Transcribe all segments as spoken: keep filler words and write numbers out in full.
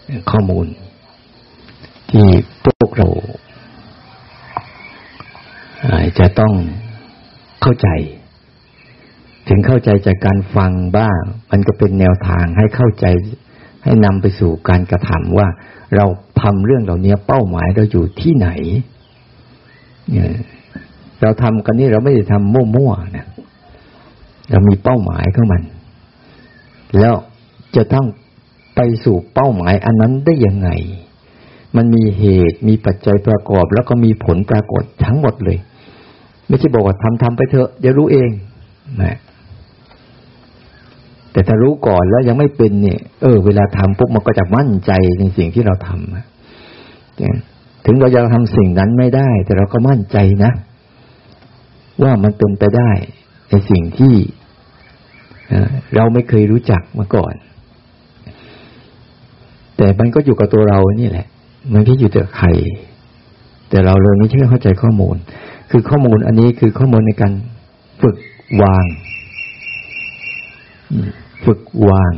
ข้อมูลที่พวกเราจะต้องเข้าใจถึงเข้าใจจากการฟังบ้างมันก็เป็นแนวทางให้เข้าใจให้นำไปสู่การกระทำว่าเราทำเรื่องเหล่านี้เป้าหมายเราอยู่ที่ไหนเราทำกันนี่เราไม่ได้ทำมั่วๆนะเรามีเป้าหมายของมันแล้วจะต้องไปสู่เป้าหมายอันนั้นได้ยังไงมันมีเหตุมีปัจจัยประกอบแล้วก็มีผลปรากฏทั้งหมดเลยไม่ใช่บอกว่าทำทำไปเถอะเดี๋ยวรู้เองนะแต่ถ้ารู้ก่อนแล้วยังไม่เป็นเนี่ยเออเวลาทำปุ๊บมันก็จะมั่นใจในสิ่งที่เราทำถึงเราจะทำสิ่งนั้นไม่ได้แต่เราก็มั่นใจนะว่ามันเป็นไปได้ในสิ่งที่เราไม่เคยรู้จักมาก่อนแต่มันก็อยู่กับตัวเรานี่แหละมันไม่อยู่แต่ใครแต่เราเลยไม่ใช่เข้าใจข้อมูลคือข้อมูลอันนี้คือข้อมูลในการฝึกวางฝึกวาง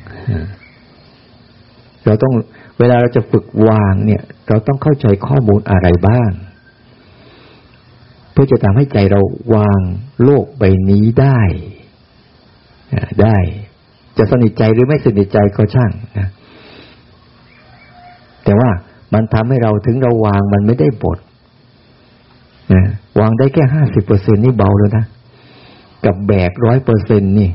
เราต้องเวลาเราจะฝึกวางเนี่ยเราต้องเข้าใจข้อมูลอะไรบ้างเพื่อจะทำให้ใจเราวางโลกใบนี้ได้ได้จะสนิทใจหรือไม่สนิทใจก็ช่างนะแต่ว่ามันทำให้เราถึงเราวางมันไม่ได้บทนะวางได้แค่ ห้าสิบเปอร์เซ็นต์ นี่เบาแล้วนะกับแบก ร้อยเปอร์เซ็นต์ นี่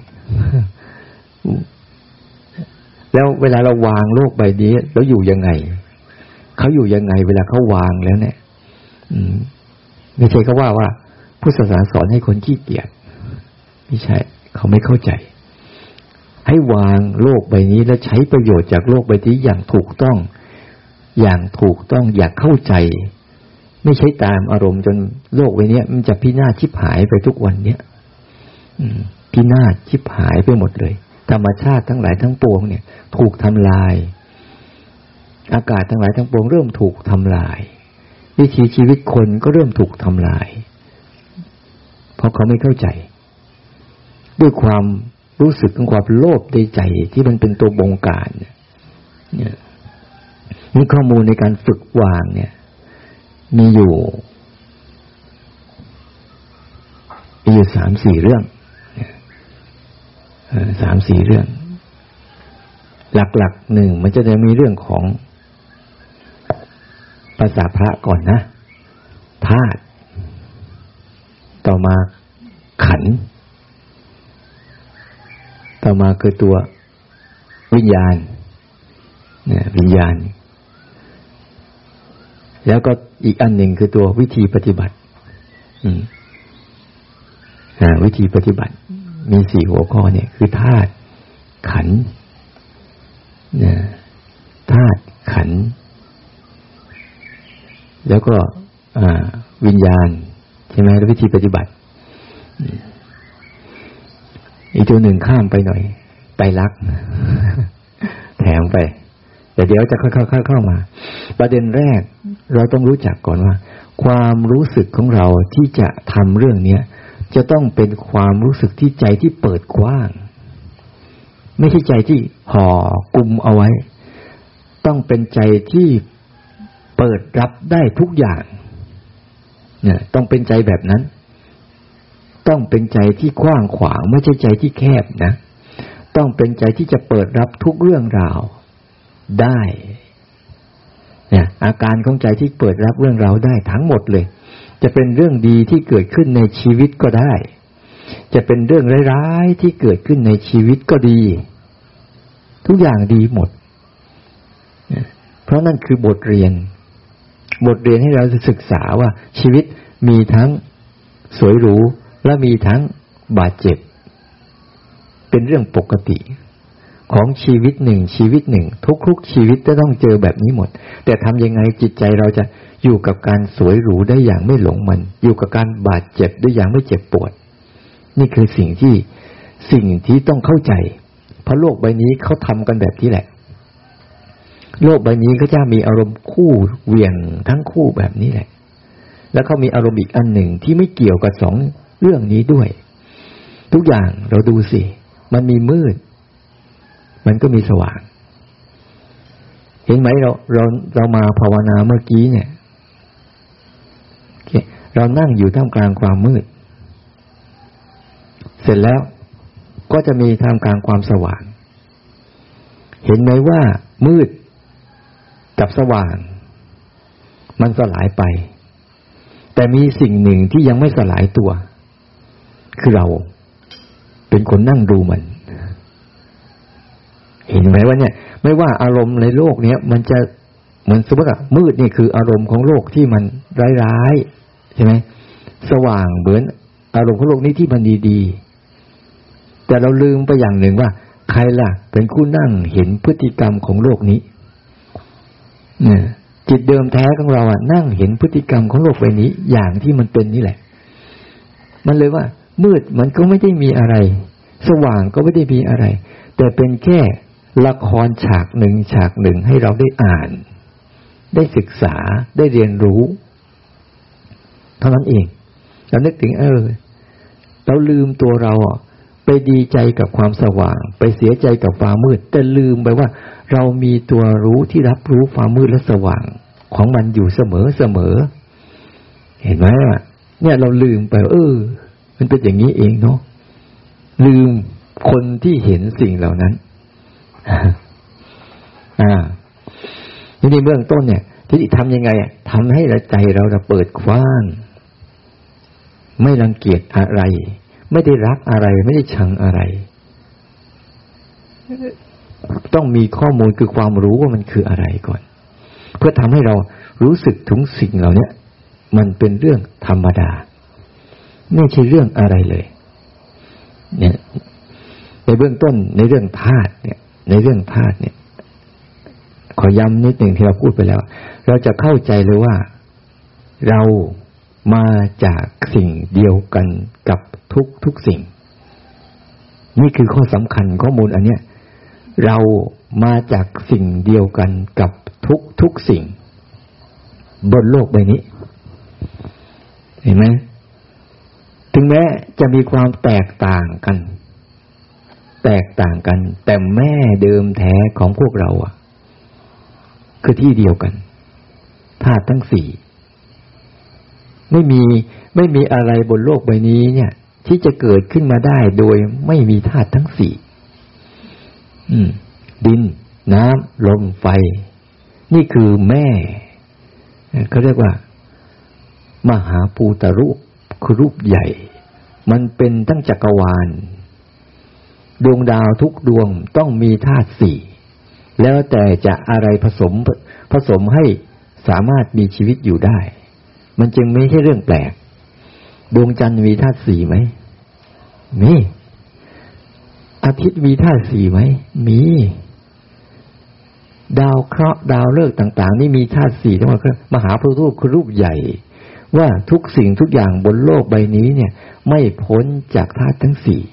แล้วเวลาเราวางโลกใบนี้แล้วอยู่ยังไงเขาอยู่ยังไงเวลาเขาวางแล้วเนี่ยไม่ใช่เขาว่าว่าพุทธศาสนาสอนให้คนขี้เกียจไม่ใช่เขาไม่เข้าใจให้วางโลกใบนี้แล้วใช้ประโยชน์จากโลกใบนี้อย่างถูกต้องอย่างถูกต้องอย่างเข้าใจไม่ใช่ตามอารมณ์จนโลกใบนี้มันจะพินาศชิบหายไปทุกวันเนี้ยพินาศชิบหายไปหมดเลยธรรมชาติทั้งหลายทั้งปวงเนี่ยถูกทำลายอากาศทั้งหลายทั้งปวงเริ่มถูกทำลายวิถีชีวิตคนก็เริ่มถูกทำลายเพราะเขาไม่เข้าใจด้วยความรู้สึกของความโลภในใจที่มันเป็นตัวบงการเนี่ยนี่ข้อมูลในการฝึกวางเนี่ยมีอยู่มีอยู่สามสี่เรื่องสามสี่เรื่องหลักๆหนึ่งมันจะมีเรื่องของภาษาพระก่อนนะธาตุต่อมาขันธ์ต่อมาคือตัววิญญาณเนี่ยวิญญาณแล้วก็อีกอันหนึ่งคือตัววิธีปฏิบัติอืมอ่าวิธีปฏิบัติมีสี่หัวข้อเนี่ยคือธาตุขันธ์เนี่ยธาตุขันธ์แล้วก็อ่าวิญญาณใช่ไหมแล้ววิธีปฏิบัติอีกตัวหนึ่งข้ามไปหน่อยไตรลักษณ์แถมไปแต่เดี๋ยวจะค่อยๆเข้ามาประเด็นแรกเราต้องรู้จักก่อนว่าความรู้สึกของเราที่จะทำเรื่องนี้จะต้องเป็นความรู้สึกที่ใจที่เปิดกว้างไม่ใช่ใจที่ห่อกุมเอาไว้ต้องเป็นใจที่เปิดรับได้ทุกอย่างเนี่ยต้องเป็นใจแบบนั้นต้องเป็นใจที่กว้างขวางไม่ใช่ใจที่แคบนะต้องเป็นใจที่จะเปิดรับทุกเรื่องราวได้เนี่ยอาการของใจที่เปิดรับเรื่องราวได้ทั้งหมดเลยจะเป็นเรื่องดีที่เกิดขึ้นในชีวิตก็ได้จะเป็นเรื่องร้ายๆที่เกิดขึ้นในชีวิตก็ดีทุกอย่างดีหมดเพราะนั่นคือบทเรียนบทเรียนให้เราศึกษาว่าชีวิตมีทั้งสวยหรูและมีทั้งบาดเจ็บเป็นเรื่องปกติของชีวิตหนึ่งชีวิตหนึ่งทุกๆชีวิตจะต้องเจอแบบนี้หมดแต่ทำยังไงจิตใจเราจะอยู่กับการสวยหรูได้อย่างไม่หลงมันอยู่กับการบาดเจ็บได้อย่างไม่เจ็บปวดนี่คือสิ่งที่สิ่งที่ต้องเข้าใจเพราะโลกใบนี้เขาทำกันแบบนี้แหละโลกใบนี้ก็จะมีอารมณ์คู่เหวี่ยงทั้งคู่แบบนี้แหละแล้วเขามีอารมณ์อีกอันหนึ่งที่ไม่เกี่ยวกับสองเรื่องนี้ด้วยทุกอย่างเราดูสิมันมีมืดมันก็มีสว่างเห็นไหมเราเราเรามาภาวนาเมื่อกี้เนี่ยเรานั่งอยู่ท่ามกลางความมืดเสร็จแล้วก็จะมีท่ามกลางความสว่างเห็นไหมว่ามืดกับสว่างมันสลายไปแต่มีสิ่งหนึ่งที่ยังไม่สลายตัวคือเราเป็นคนนั่งดูมันเห็นไหมว่าเนี่ยไม่ว่าอารมณ์ในโลกเนี้ยมันจะเหมือนสมมติว่ามืดนี่คืออารมณ์ของโลกที่มันร้ายๆใช่ไหมสว่างเหมือนอารมณ์ของโลกนี้ที่มันดีๆแต่เราลืมไปอย่างหนึ่งว่าใครล่ะเป็นผู้นั่งเห็นพฤติกรรมของโลกนี้เนี่ยจิตเดิมแท้ของเราอ่ะนั่งเห็นพฤติกรรมของโลกใบนี้อย่างที่มันเป็นนี่แหละมันเลยว่ามืดมันก็ไม่ได้มีอะไรสว่างก็ไม่ได้มีอะไรแต่เป็นแค่ละครฉากหนึ่งฉากหนึ่งให้เราได้อ่านได้ศึกษาได้เรียนรู้เท่านั้นเองเรานึกถึงเออเราลืมตัวเราอ่ะไปดีใจกับความสว่างไปเสียใจกับความมืดแต่ลืมไปว่าเรามีตัวรู้ที่รับรู้ความมืดและสว่างของมันอยู่เสมอเสมอเห็นไหมอ่ะเนี่ยเราลืมไปเออมันเป็นอย่างนี้เองเนาะลืมคนที่เห็นสิ่งเหล่านั้นอ่าทีนี้เบื้องต้นเนี่ยที่ทำยังไงอ่ะทำให้ใจเราเราเปิดกว้างไม่รังเกียจอะไรไม่ได้รักอะไรไม่ได้ชังอะไรต้องมีข้อมูลคือความรู้ว่ามันคืออะไรก่อนเพื่อทำให้เรารู้สึกถึงสิ่งเหล่านี้มันเป็นเรื่องธรรมดาไม่ใช่เรื่องอะไรเลยเนี่ยในเบื้องต้นในเรื่องธาตุเนี่ยในเรื่องธาตุเนี่ยขอย้ำนิดหนึ่งที่เราพูดไปแล้วเราจะเข้าใจเลยว่าเรามาจากสิ่งเดียวกันกับทุกทุกสิ่งนี่คือข้อสำคัญข้อมูลอันเนี้ยเรามาจากสิ่งเดียวกันกับทุกทุกสิ่งบนโลกใบนี้เห็นไหมถึงแม้จะมีความแตกต่างกันแตกต่างกันแต่แม่เดิมแท้ของพวกเราอ่ะคือที่เดียวกันธาตุทั้งสี่ไม่มีไม่มีอะไรบนโลกใบนี้เนี่ยที่จะเกิดขึ้นมาได้โดยไม่มีธาตุทั้งสี่ดินน้ำลมไฟนี่คือแม่เขาเรียกว่ามหาภูตรูปคือรูปใหญ่มันเป็นทั้งจักรวาลดวงดาวทุกดวงต้องมีธาตุสี่แล้วแต่จะอะไรผสมผสมให้สามารถมีชีวิตอยู่ได้มันจึงไม่ใช่เรื่องแปลกดวงจันทร์มีธาตุสี่ไหมมีอาทิตย์มีธาตุสี่ไหมมีดาวเคราะห์ดาวฤกษ์ต่างๆนี่มีธาตุสี่ทั้งหมดคือมหาภูตรูปคือรูปใหญ่ว่าทุกสิ่งทุกอย่างบนโลกใบนี้เนี่ยไม่พ้นจากธาตุทั้งสี่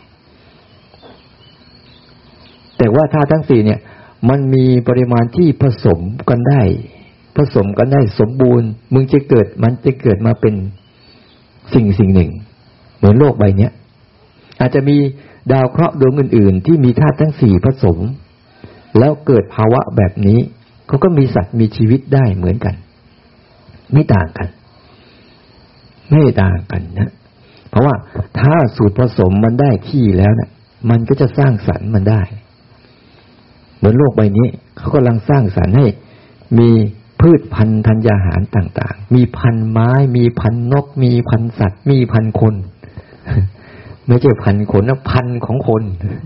แต่ว่าธาตุทั้งสี่เนี่ยมันมีปริมาณที่ผสมกันได้ผสมกันได้สมบูรณ์มึงจะเกิดมันจะเกิดมาเป็นสิ่งสิ่งหนึ่งเหมือนโลกใบนี้อาจจะมีดาวเคราะห์ดวงอื่นๆที่มีธาตุทั้งสี่ผสมแล้วเกิดภาวะแบบนี้เขาก็มีสัตว์มีชีวิตได้เหมือนกันไม่ต่างกันไม่ต่างกันนะเพราะว่าถ้าสูตรผสมมันได้ที่แล้วนะมันก็จะสร้างสรรค์มันได้เหมือนโลกใบนี้เขากำลังสร้างสรรค์ให้มีพืชพันธุ์ธัญญาหารต่างๆมีพันไม้มีพันนกมีพันสัตว์มีพันคนไม่ใช่พันคนนะพันของคน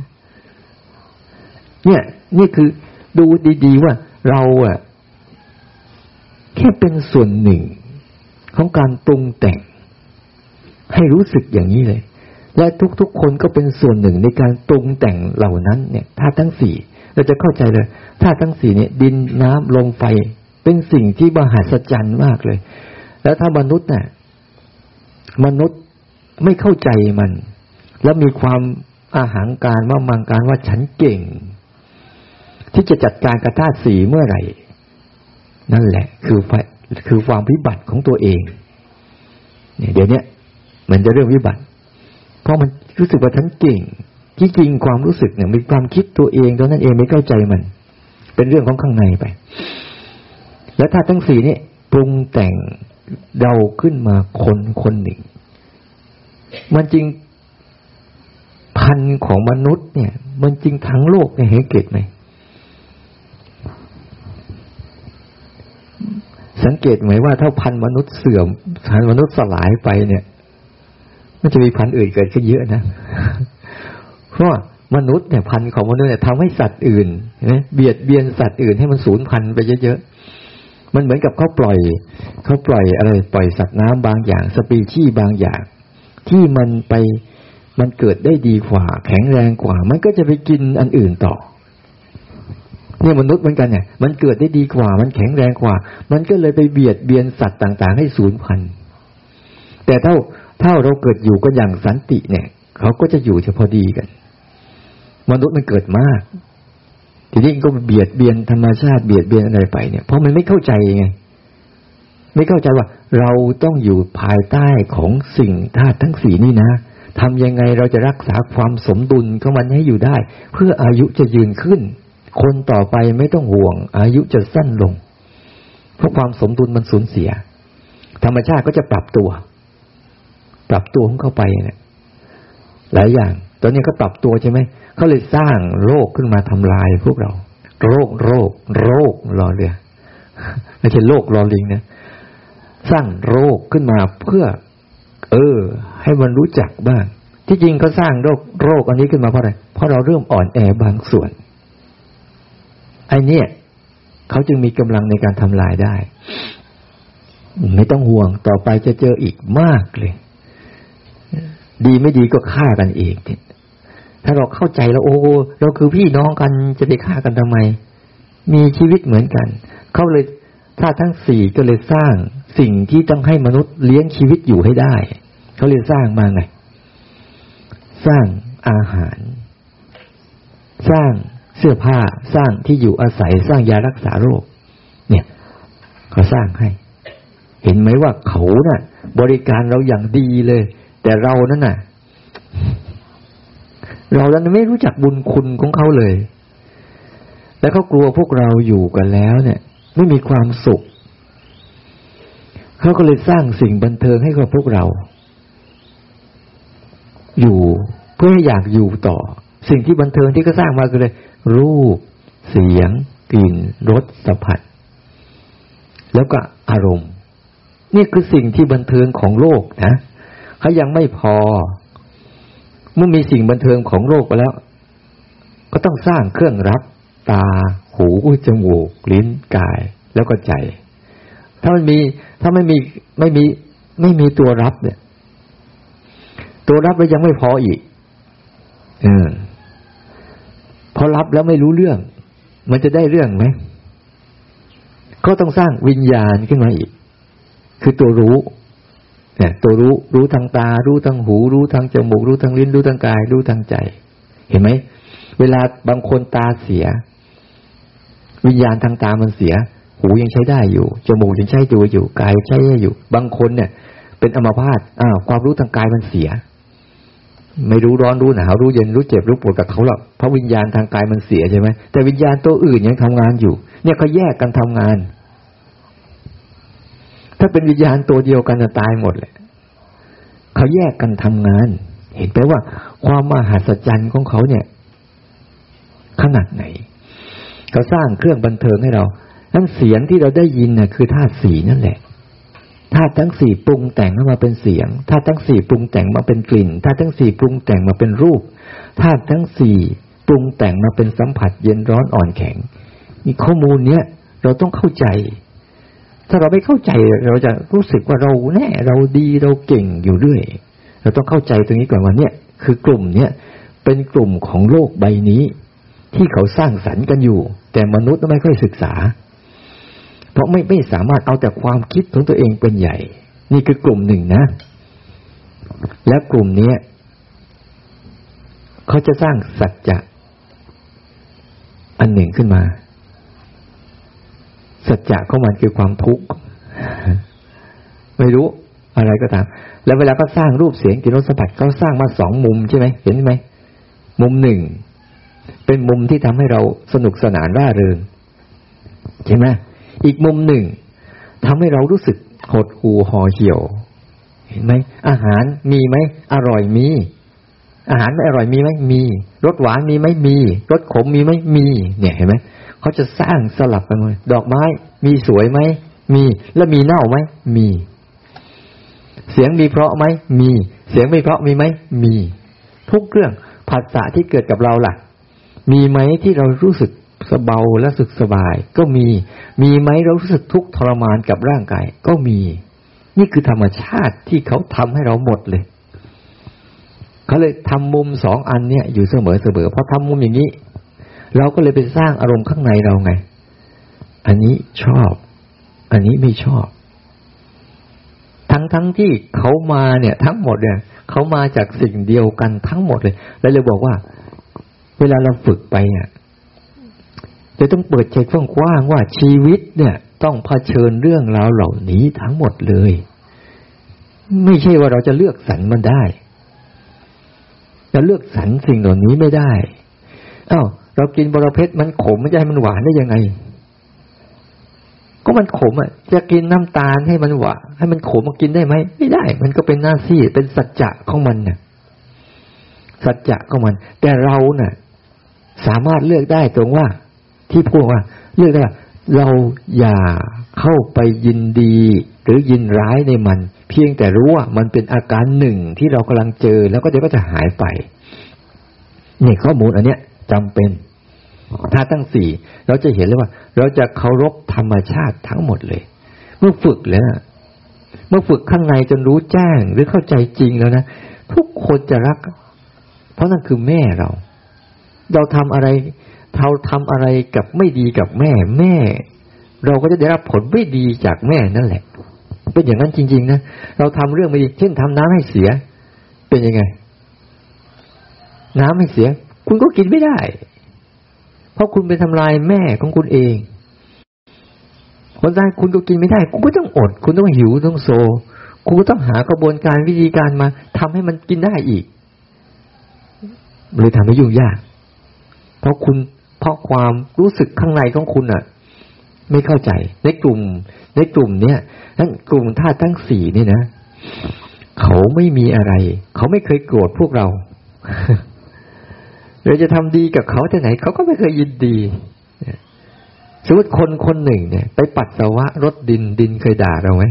เนี่ยนี่คือดูดีๆว่าเราอ่ะแค่เป็นส่วนหนึ่งของการปรุงแต่งให้รู้สึกอย่างนี้เลยและทุกๆคนก็เป็นส่วนหนึ่งในการปรุงแต่งเหล่านั้นเนี่ยธาตุทั้งสี่เราจะเข้าใจเลยธาตุทั้งสี่เนี่ยดินน้ำลมไฟเป็นสิ่งที่มหัศจรรย์มากเลยแล้วถ้ามนุษย์น่ะมนุษย์ไม่เข้าใจมันแล้วมีความอาหังการว่ามังการว่าฉันเก่งที่จะจัดการกับธาตุสี่เมื่อไหร่นั่นแหละคือคือความวิบัติของตัวเองเนี่ยเดี๋ยวนี้มันจะเรื่องวิบัติเพราะมันรู้สึกว่าฉันเก่งที่จริงความรู้สึกเนี่ยมีความคิดตัวเองตอนนั้นเองไม่เข้าใจมันเป็นเรื่องของข้างในไปแล้วถ้าทั้งสี่นี้ปรุงแต่งเดาขึ้นมาคนคนหนึ่งมันจริงพันธุ์ของมนุษย์เนี่ยมันจริงทั้งโลกเนี่ยเห็นเกตไหมสังเกตไหมว่าถ้าพันธุ์มนุษย์เสื่อมพันธุ์มนุษย์สลายไปเนี่ยมันจะมีพันธุ์อื่นเกิดขึ้นเยอะนะเพราะมนุษย์เนี่ยพันธุ์ของมนุษย์เนี่ยทำให้สัตว์อื่นเห็นไหมเบียดเบียนสัตว์อื่นให้มันสูญพันธุ์ไปเยอะๆมันเหมือนกับเขาปล่อยเขาปล่อยอะไรปล่อยสัตว์น้ำบางอย่างสปีชีส์บางอย่างที่มันไปมันเกิดได้ดีกว่าแข็งแรงกว่ามันก็จะไปกินอันอื่นต่อเนี่ยมนุษย์เหมือนกันเนี่ยมันเกิดได้ดีกว่ามันแข็งแรงกว่ามันก็เลยไปเบียดเบียนสัตว์ต่างๆให้สูญพันธุ์แต่ถ้าถ้าเราเกิดอยู่กันอย่างสันติเนี่ยเขาก็จะอยู่เฉพาะดีกันมนุษย์มันเกิดมากทีนี้ก็เบียดเบียนธรรมชาติเบียดเบียนอะไรไปเนี่ยเพราะมันไม่เข้าใจไงไม่เข้าใจว่าเราต้องอยู่ภายใต้ของสิ่งธาตุทั้งสี่นี่นะทำยังไงเราจะรักษาความสมดุลของมันให้อยู่ได้เพื่ออายุจะยืนขึ้นคนต่อไปไม่ต้องห่วงอายุจะสั้นลงเพราะความสมดุลมันสูญเสียธรรมชาติก็จะปรับตัวปรับตัวของเขาไปเนี่ยหลายอย่างตอนนี้เขาปรับตัวใช่ไหมเขาเลยสร้างโรคขึ้นมาทำลายพวกเราโรคโรคโรครอเรือไม่ใช่โรครอลิงนะสร้างโรคขึ้นมาเพื่อเออให้มันรู้จักบ้างที่จริงเขาสร้างโรคโรคอันนี้ขึ้นมาเพราะอะไรเพราะเราเริ่มอ่อนแอบางส่วนไอ้เนี่ยเขาจึงมีกำลังในการทำลายได้ไม่ต้องห่วงต่อไปจะเจออีกมากเลยดีไม่ดีก็ฆ่ากันเองถ้าเราเข้าใจแล้วโอ้เราคือพี่น้องกันจะไปฆ่ากันทำไมมีชีวิตเหมือนกันเขาเลยถ้าทั้งสี่ก็เลยสร้างสิ่งที่ต้องให้มนุษย์เลี้ยงชีวิตอยู่ให้ได้เขาเลยสร้างมาไงสร้างอาหารสร้างเสื้อผ้าสร้างที่อยู่อาศัยสร้างยารักษาโรคเนี่ยเขาสร้างให้เห็นไหมว่าเขาน่ะบริการเราอย่างดีเลยแต่เรานั่นน่ะเรานั้นไม่รู้จักบุญคุณของเขาเลยแล้วเขากลัวพวกเราอยู่กันแล้วเนี่ยไม่มีความสุขเขาก็เลยสร้างสิ่งบันเทิงให้กับพวกเราอยู่เพื่อให้อยากอยู่ต่อสิ่งที่บันเทิงที่เขาสร้างมาคือเลยรูปเสียงกลิ่นรสสัมผัสแล้วก็อารมณ์นี่คือสิ่งที่บันเทิงของโลกนะเขายังไม่พอเมื่อมีสิ่งบันเทิงของโลกไปแล้วก็ต้องสร้างเครื่องรับตาหูจมูกลิ้นกายแล้วก็ใจถ้ามันมีถ้าไม่มีไม่มีไม่มีตัวรับเนี่ยตัวรับแล้วยังไม่พออีกเออพอรับแล้วไม่รู้เรื่องมันจะได้เรื่องไหมก็ต้องสร้างวิญญาณขึ้นมาอีกคือตัวรู้เนี่ยตัวรู้รู้ทางตารู้ทางหูรู้ทางจมูกรู้ทางลิ้นรู้ทางกายรู้ทางใจเห็นไหมเวลาบางคนตาเสียวิญญาณทางตามันเสียหูยังใช้ได้อยู่จมูกยังใช้ดูอยู่กายใช้อยู่บางคนเนี่ยเป็นอัมพาตอ้าวความรู้ทางกายมันเสียไม่รู้ร้อนรู้หนาวรู้เย็นรู้เจ็บรู้ปวดกับเขาหรอกเพราะวิญญาณทางกายมันเสียใช่ไหมแต่วิญญาณตัวอื่นยังทำงานอยู่เนี่ยเขาแยกกันทำงานถ้าเป็นวิญญาณตัวเดียวกันจะตายหมดเลยเขาแยกกันทำงานเห็นไหมว่าความมหัศจรรย์ของเขาเนี่ยขนาดไหนเขาสร้างเครื่องบันเทิงให้เราทั้งเสียงที่เราได้ยินน่ะคือธาตุสีนั่นแหละธาตุทั้งสี่ปรุงแต่งมาเป็นเสียงธาตุทั้งสี่ปรุงแต่งมาเป็นกลิ่นธาตุทั้งสี่ปรุงแต่งมาเป็นรูปธาตุทั้งสี่ปรุงแต่งมาเป็นสัมผัสเย็นร้อนอ่อนแข็งมีข้อมูลเนี้ยเราต้องเข้าใจถ้าเราไม่เข้าใจเราจะรู้สึกว่าเราแน่เราดีเราเก่งอยู่เรื่อยเราต้องเข้าใจตรงนี้ก่อนว่าเนี่ยคือกลุ่มเนี้ยเป็นกลุ่มของโลกใบนี้ที่เขาสร้างสรรค์กันอยู่แต่มนุษย์ไม่ค่อยศึกษาเพราะไม่ไม่สามารถเอาแต่ความคิดของตัวเองเป็นใหญ่นี่คือกลุ่มหนึ่งนะและกลุ่มนี้เขาจะสร้างสัจจะอันหนึ่งขึ้นมาสัจจะของมันคือความทุกข์ไม่รู้อะไรก็ตามแล้วเวลาก็สร้างรูปเสียงกลิ่นรสสัมผัสเขาสร้างมาสองมุมใช่ไหมเห็นไหมมุมหนึ่งเป็นมุมที่ทำให้เราสนุกสนานร่าเริงใช่ไหมอีกมุมหนึ่งทำให้เรารู้สึกหดหู่ห่อเหี่ยวเห็นไหมอาหารมีไหมอร่อยมีอาหารไม่อร่อยมีไหมมีรสหวานมีไหมมีรสขมมีไหมมีเนี่ยเห็นไหมเขาจะสร้างสลับกันเลยดอกไม้มีสวยไหมมีแล้วมีเน่าไหมมีเสียงมีเพราะไหมมีเสียงไม่เพราะมีไหมมีทุกเรื่องผัสสะที่เกิดกับเราล่ะมีไหมที่เรารู้สึกสบายและสึกสบายก็มีมีไหมเรารู้สึกทุกข์ทรมานกับร่างกายก็มีนี่คือธรรมชาติที่เขาทำให้เราหมดเลยเขาเลยทำมุมสองอันเนี้ยอยู่เสมอเสมอพอทำมุมอย่างนี้เราก็เลยไปสร้างอารมณ์ข้างในเราไงอันนี้ชอบอันนี้ไม่ชอบทั้งทั้งที่เขามาเนี่ยทั้งหมดเนี่ยเขามาจากสิ่งเดียวกันทั้งหมดเลยแล้วเลยบอกว่าเวลาเราฝึกไปเนี่ยจะต้องเปิดใจกว้างๆว่าชีวิตเนี่ยต้องเผชิญเรื่องราวเหล่านี้ทั้งหมดเลยไม่ใช่ว่าเราจะเลือกสรรมันได้จะเลือกสรรสิ่งเหล่านี้ไม่ได้อ้าวเรากินบรเพชรมันขมมันจะให้มันหวานได้ยังไงก็มันขมอ่ะจะกินน้ำตาลให้มันหวานให้มันขมมากินได้ไหมไม่ได้มันก็เป็นหน้าที่เป็นสัจจะของมันน่ะสัจจะของมันแต่เราน่ะสามารถเลือกได้ตรงว่าที่พูดว่าเลือกได้เราอย่าเข้าไปยินดีหรือยินร้ายในมันเพียงแต่รู้ว่ามันเป็นอาการหนึ่งที่เรากำลังเจอแล้วก็เดี๋ยวก็จะหายไปนี่ข้อมูลอันเนี้ยจำเป็นถ้าตั้งสี่เราจะเห็นเลยว่าเราจะเคารพธรรมชาติทั้งหมดเลยเมื่อฝึกแล้วเมื่อฝึกข้างในจนรู้แจ้งหรือเข้าใจจริงแล้วนะทุกคนจะรักเพราะนั่นคือแม่เราเราทำอะไรเราทำอะไรกับไม่ดีกับแม่แม่เราก็จะได้รับผลไม่ดีจากแม่นั่นแหละเป็นอย่างนั้นจริงๆนะเราทำเรื่องไม่ดีเช่นทำน้ำให้เสียเป็นยังไงน้ำให้เสียคุณก็กินไม่ได้เพราะคุณไปทำลายแม่ของคุณเองคนได้คุณก็กินไม่ได้คุณก็ต้องอดคุณต้องหิวต้องโซคุณก็ต้องหากระบวนการวิธีการมาทำให้มันกินได้อีกเลยทำให้ยุ่งยากเพราะคุณเพราะความรู้สึกข้างในของคุณอ่ะไม่เข้าใจในกลุ่มในกลุ่มเนี้ยนั่นกลุ่มธาตุทั้งสี่นี่นะเขาไม่มีอะไรเขาไม่เคยโกรธพวกเราเราจะทำดีกับเขาที่ไหนเขาก็ไม่เคยยินดีสมมติคนคนหนึ่งเนี่ยไปปัสสาวะรถดินดินเคยด่าเราไหม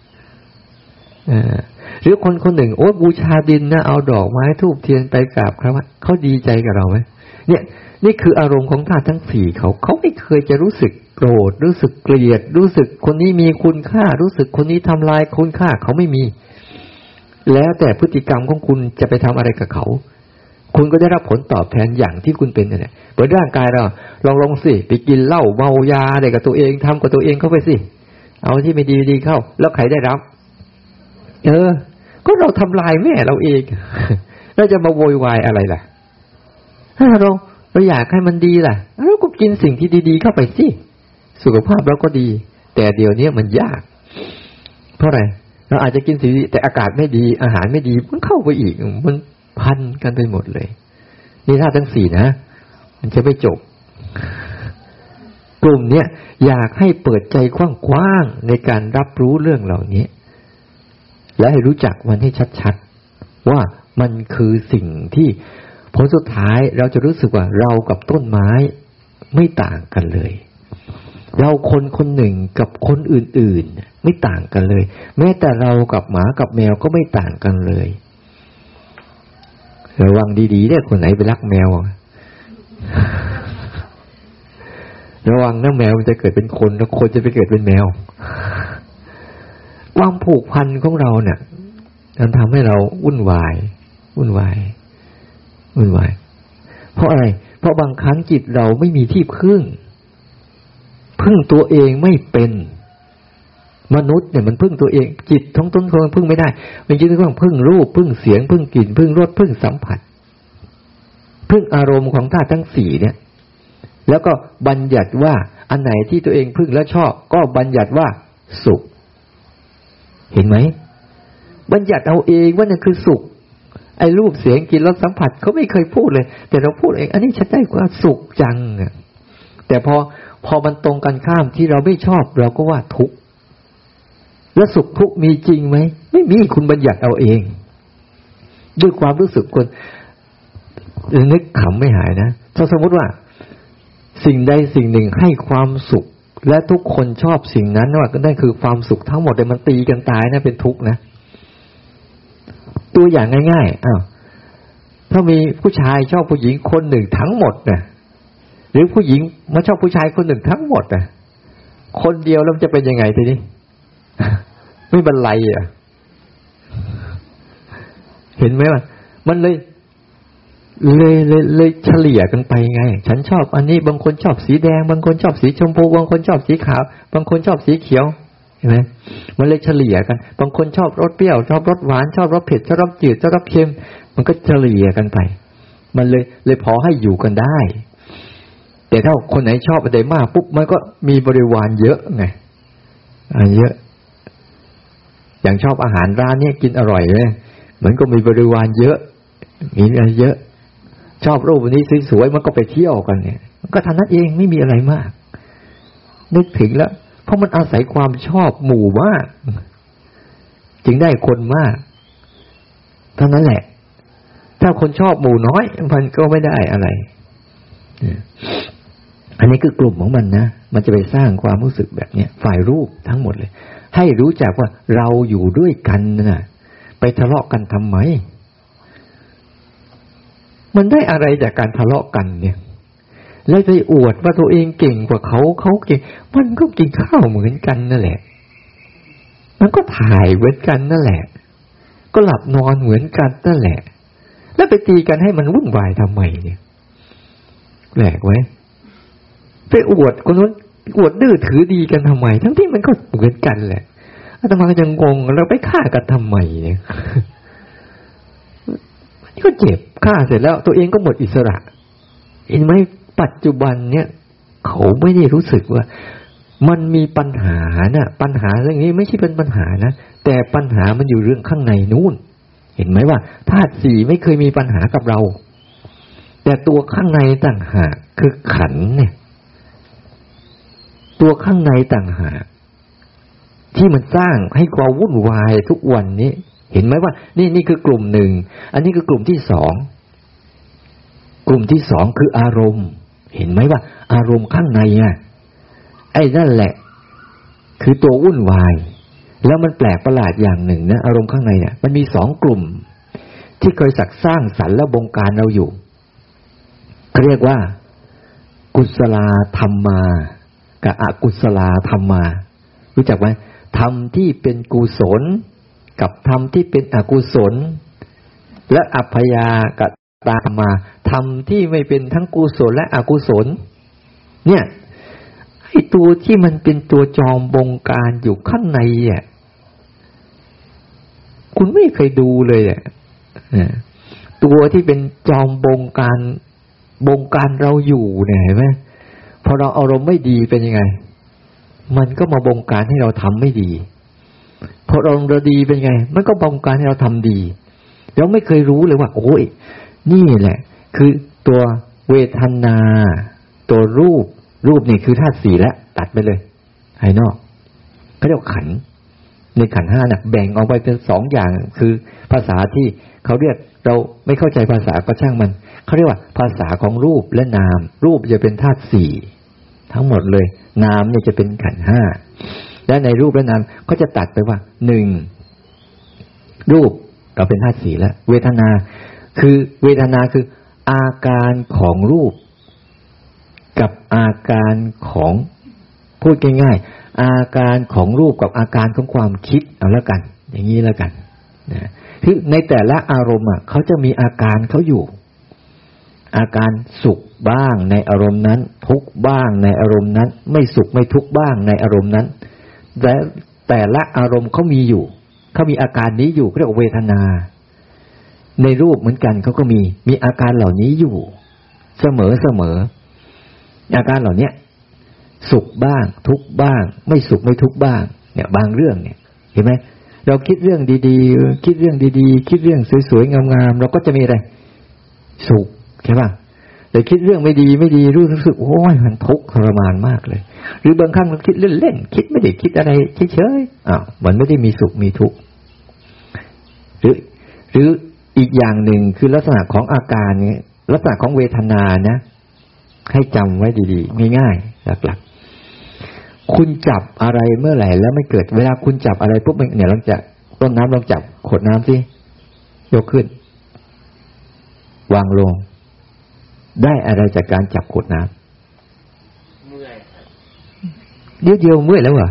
หรือคนคนหนึ่งโอ้บูชาดินนะเอาดอกไม้ธูปเทียนไปกราบเขาเขาดีใจกับเราไหมเนี่ยนี่คืออารมณ์ของธาตุทั้งสี่เขาเขาไม่เคยจะรู้สึกโกรธรู้สึกเกลียดรู้สึกคนนี้มีคุณค่ารู้สึกคนนี้ทำลายคุณค่าเขาไม่มีแล้วแต่พฤติกรรมของคุณจะไปทำอะไรกับเขาคุณก็ได้รับผลตอบแทนอย่างที่คุณเป็นเนี่ยเปิดร่างกายเราลองลองสิไปกินเหล้าเมายาอะไรกับตัวเองทำกับตัวเองเข้าไปสิเอาที่ไม่ดีดีเข้าแล้วใครได้รับเออก็เราทำลายแม่เราเองแล้วจะมาโวยวายอะไรล่ะถ้าเราเราอยากให้มันดีล่ะเราก็กินสิ่งที่ดีๆเข้าไปสิสุขภาพเราก็ดีแต่เดี๋ยวนี้มันยากเพราะอะไรเราอาจจะกินสิ่งดีแต่อากาศไม่ดีอาหารไม่ดีมันเข้าไปอีกมันพันกันไปหมดเลยนี่ธาตุทั้งสี่นะมันจะไม่จบกลุ่มเนี้ยอยากให้เปิดใจกว้างๆในการรับรู้เรื่องเหล่านี้และให้รู้จักมันให้ชัดๆว่ามันคือสิ่งที่ผลสุดท้ายเราจะรู้สึกว่าเรากับต้นไม้ไม่ต่างกันเลยเราคนคนหนึ่งกับคนอื่นๆไม่ต่างกันเลยแม้แต่เรากับหมากับแมวก็ไม่ต่างกันเลยระวังดีๆเนี่ยคนไหนไปรักแมวระวังนะแมวมันจะเกิดเป็นคนแล้วคนจะไปเกิดเป็นแมวความผูกพันของเราเนี่ยมันทำให้เราวุ่นวายวุ่นวายวุ่นวายเพราะอะไรเพราะบางครั้งจิตเราไม่มีที่พึ่งพึ่งตัวเองไม่เป็นมนุษย์เนี่ยมันพึ่งตัวเองจิตท้องต้นคนพึ่งไม่ได้มันจึงต้องพึ่งรูปพึ่งเสียงพึ่งกลิ่นพึ่งรสพึ่งสัมผัสพึ่งอารมณ์ของธาตุทั้งสี่เนี่ยแล้วก็บัญญัติว่าอันไหนที่ตัวเองพึ่งแล้วชอบก็บัญญัติว่าสุขเห็นไหมบัญญัติเอาเองว่านั่นคือสุขไอ้รูปเสียงกลิ่นรสสัมผัสเขาไม่เคยพูดเลยแต่เราพูดเองอันนี้ฉันได้ว่าสุขจังแต่พอพอมันตรงกันข้ามที่เราไม่ชอบเราก็ว่าทุกข์แล้วสุขทุกข์มีจริงไหมไม่มีคุณบัญญัติเอาเองด้วยความรู้สึกคนนึกขำไม่หายนะถ้าสมมติว่าสิ่งใดสิ่งหนึ่งให้ความสุขและทุกคนชอบสิ่งนั้นว่านั่นคือความสุขทั้งหมดแต่มันตีกันตายนะเป็นทุกข์นะตัวอย่างง่ายๆอ้าวถ้ามีผู้ชายชอบผู้หญิงคนหนึ่งทั้งหมดนะหรือผู้หญิงมาชอบผู้ชายคนหนึ่งทั้งหมดนะคนเดียวแล้วจะเป็นยังไงทีนี้ไม่บรรลัยอ่ะเห็นไหมว่ามันเลยเลยเลยเลยเฉลี่ยกันไปไงฉันชอบอันนี้บางคนชอบสีแดงบางคนชอบสีชมพูบางคนชอบสีขาวบางคนชอบสีเขียวเห็นไหมมันเลยเฉลี่ยกันบางคนชอบรสเปรี้ยวชอบรสหวานชอบรสเผ็ดชอบรสจืดชอบรสเค็มมันก็เฉลี่ยกันไปมันเลยเลยพอให้อยู่กันได้แต่ถ้าคนไหนชอบอะไรมากปุ๊บมันก็มีบริวารเยอะไงอ่าเยอะอย่างชอบอาหารร้านนี้กินอร่อยเลยมันก็มีบริวารเยอะมีอะไรเยอะชอบรูปนี้สวยๆมันก็ไปเที่ยวกันเนี่ยก็เท่านั้นเองไม่มีอะไรมากนึกถึงแล้วเพราะมันอาศัยความชอบหมู่มากจึงได้คนมากเท่านั้นแหละถ้าคนชอบหมู่น้อยมันก็ไม่ได้อะไรอันนี้คือกลุ่มของมันนะมันจะไปสร้างความรู้สึกแบบนี้ฝ่ายรูปทั้งหมดเลยให้รู้จักว่าเราอยู่ด้วยกันนะไปทะเลาะกันทำไมมันได้อะไรจากการทะเลาะกันเนี่ยแล้วไปอวดว่าตัวเองเก่งกว่าเขาเขาเก่งมันก็กินข้าวเหมือนกันนั่นแหละมันก็ถ่ายเหมือนกันนั่นแหละก็หลับนอนเหมือนกันนั่นแหละแล้วไปตีกันให้มันวุ่นวายทำไมเนี่ยแปลกไหมไปอวดคนนู้นอวดดื้อถือดีกันทำไมทั้งที่มันก็เหมือนกันแหละอาตมาก็ยังงงเราไปฆ่ากันทำไมเนี่ยก็เจ็บฆ่าเสร็จแล้วตัวเองก็หมดอิสระเห็นไหมปัจจุบันเนี่ยเขาไม่ได้รู้สึกว่ามันมีปัญหานะปัญหาเรื่องนี้ไม่ใช่เป็นปัญหานะแต่ปัญหามันอยู่เรื่องข้างในนู่นเห็นไหมว่าธาตุสี่ไม่เคยมีปัญหากับเราแต่ตัวข้างในต่างหากคือขันธ์เนี่ยตัวข้างในต่างหากที่มันสร้างให้ความวุ่นวายทุกวันนี้เห็นไหมว่านี่นี่คือกลุ่มหนึ่งอันนี้คือกลุ่มที่สองกลุ่มที่สองคืออารมณ์เห็นไหมว่าอารมณ์ข้างในอ่ะไอ้นั่นแหละคือตัววุ่นวายแล้วมันแปลกประหลาดอย่างหนึ่งนะอารมณ์ข้างในเนี่ยมันมีสองกลุ่มที่เคยสักสร้างสรรค์และบงการเราอยู่เรียกว่ากุศลธรรมากับอกุศลธรรมารู้จักไหมธรรมที่เป็นกุศลกับธรรมที่เป็นอกุศลและอัพยากตามาธรรมที่ไม่เป็นทั้งกุศลและอกุศลเนี่ยไอ้ตัวที่มันเป็นตัวจอมบงการอยู่ข้างในอ่ะคุณไม่เคยดูเลยอ่ะตัวที่เป็นจอมบงการบงการเราอยู่เนี่ยเห็นไหมพอเราอารมณ์ไม่ดีเป็นยังไงมันก็มาบงการให้เราทำไม่ดีพออารมณ์เราดีเป็นไงมันก็บงการให้เราทำดีเราไม่เคยรู้เลยว่าโอ้ยนี่แหละคือตัวเวทนาตัวรูปรูปนี่คือธาตุสี่แล้วตัดไปเลยภายนอกเขาเรียกขันธ์ในขันธ์ห้าน่ะแบ่งออกไปเป็นสองอย่างคือภาษาที่เขาเรียกเราไม่เข้าใจภาษาก็ช่างมันเขาเรียกว่าภาษาของรูปและนามรูปจะเป็นธาตุสี่ทั้งหมดเลยนามเนี่ยจะเป็นขันธ์ห้าและในรูปและนามก็จะตัดไปว่าหนึ่งรูปเราเป็นธาตุสี่แล้วเวทนาคือเวทนาคืออาการของรูปกับอาการของพูดง่ายๆอาการของรูปกับอาการของความคิดเอาแล้วกันอย่างนี้แล้วกันนะคือในแต่ละอารมณ์อ่ะเขาจะมีอาการเขาอยู่อาการสุขบ้างในอารมณ์นั้นทุกข์บ้างในอารมณ์นั้นไม่สุขไม่ทุกข์บ้างในอารมณ์นั้นและแต่ละอารมณ์เขามีอยู่เขามีอาการนี้อยู่เรียกว่าเวทนาในรูปเหมือนกันเขาก็มีมีอาการเหล่านี้อยู่เสมอเสมออาการเหล่านี้สุขบ้างทุกข์บ้างไม่สุขไม่ทุกข์บ้างเนี่ยบางเรื่องเนี่ยเห็นไหมเราคิดเรื่องดีๆคิดเรื่องดีๆคิดเรื่องสวยๆงามๆเราก็จะมีอะไรสุขใช่ป่ะแต่คิดเรื่องไม่ดีไม่ดีรู้สึกโอ้ยมันทุกข์ทรมานมากเลยหรือบางครั้งมันคิดเล่นๆคิดไม่ได้คิดอะไรเฉยๆอ้าวมันไม่ได้มีสุขมีทุกข์หรือหรืออีกอย่างหนึ่งคือลักษณะของอาการนี้ลักษณะของเวทนานะให้จำไว้ดีๆง่ายๆหลักๆคุณจับอะไรเมื่อไหร่แล้วไม่เกิดเวลาคุณจับอะไรปุ๊บเนี่ยลองจับต้นน้ำลองจับขวดน้ำสิยกขึ้นวางลงได้อะไรจากการจับขวดน้ำเมื่อยเดี๋ยวเดียวเมื่อยแล้วเหรอ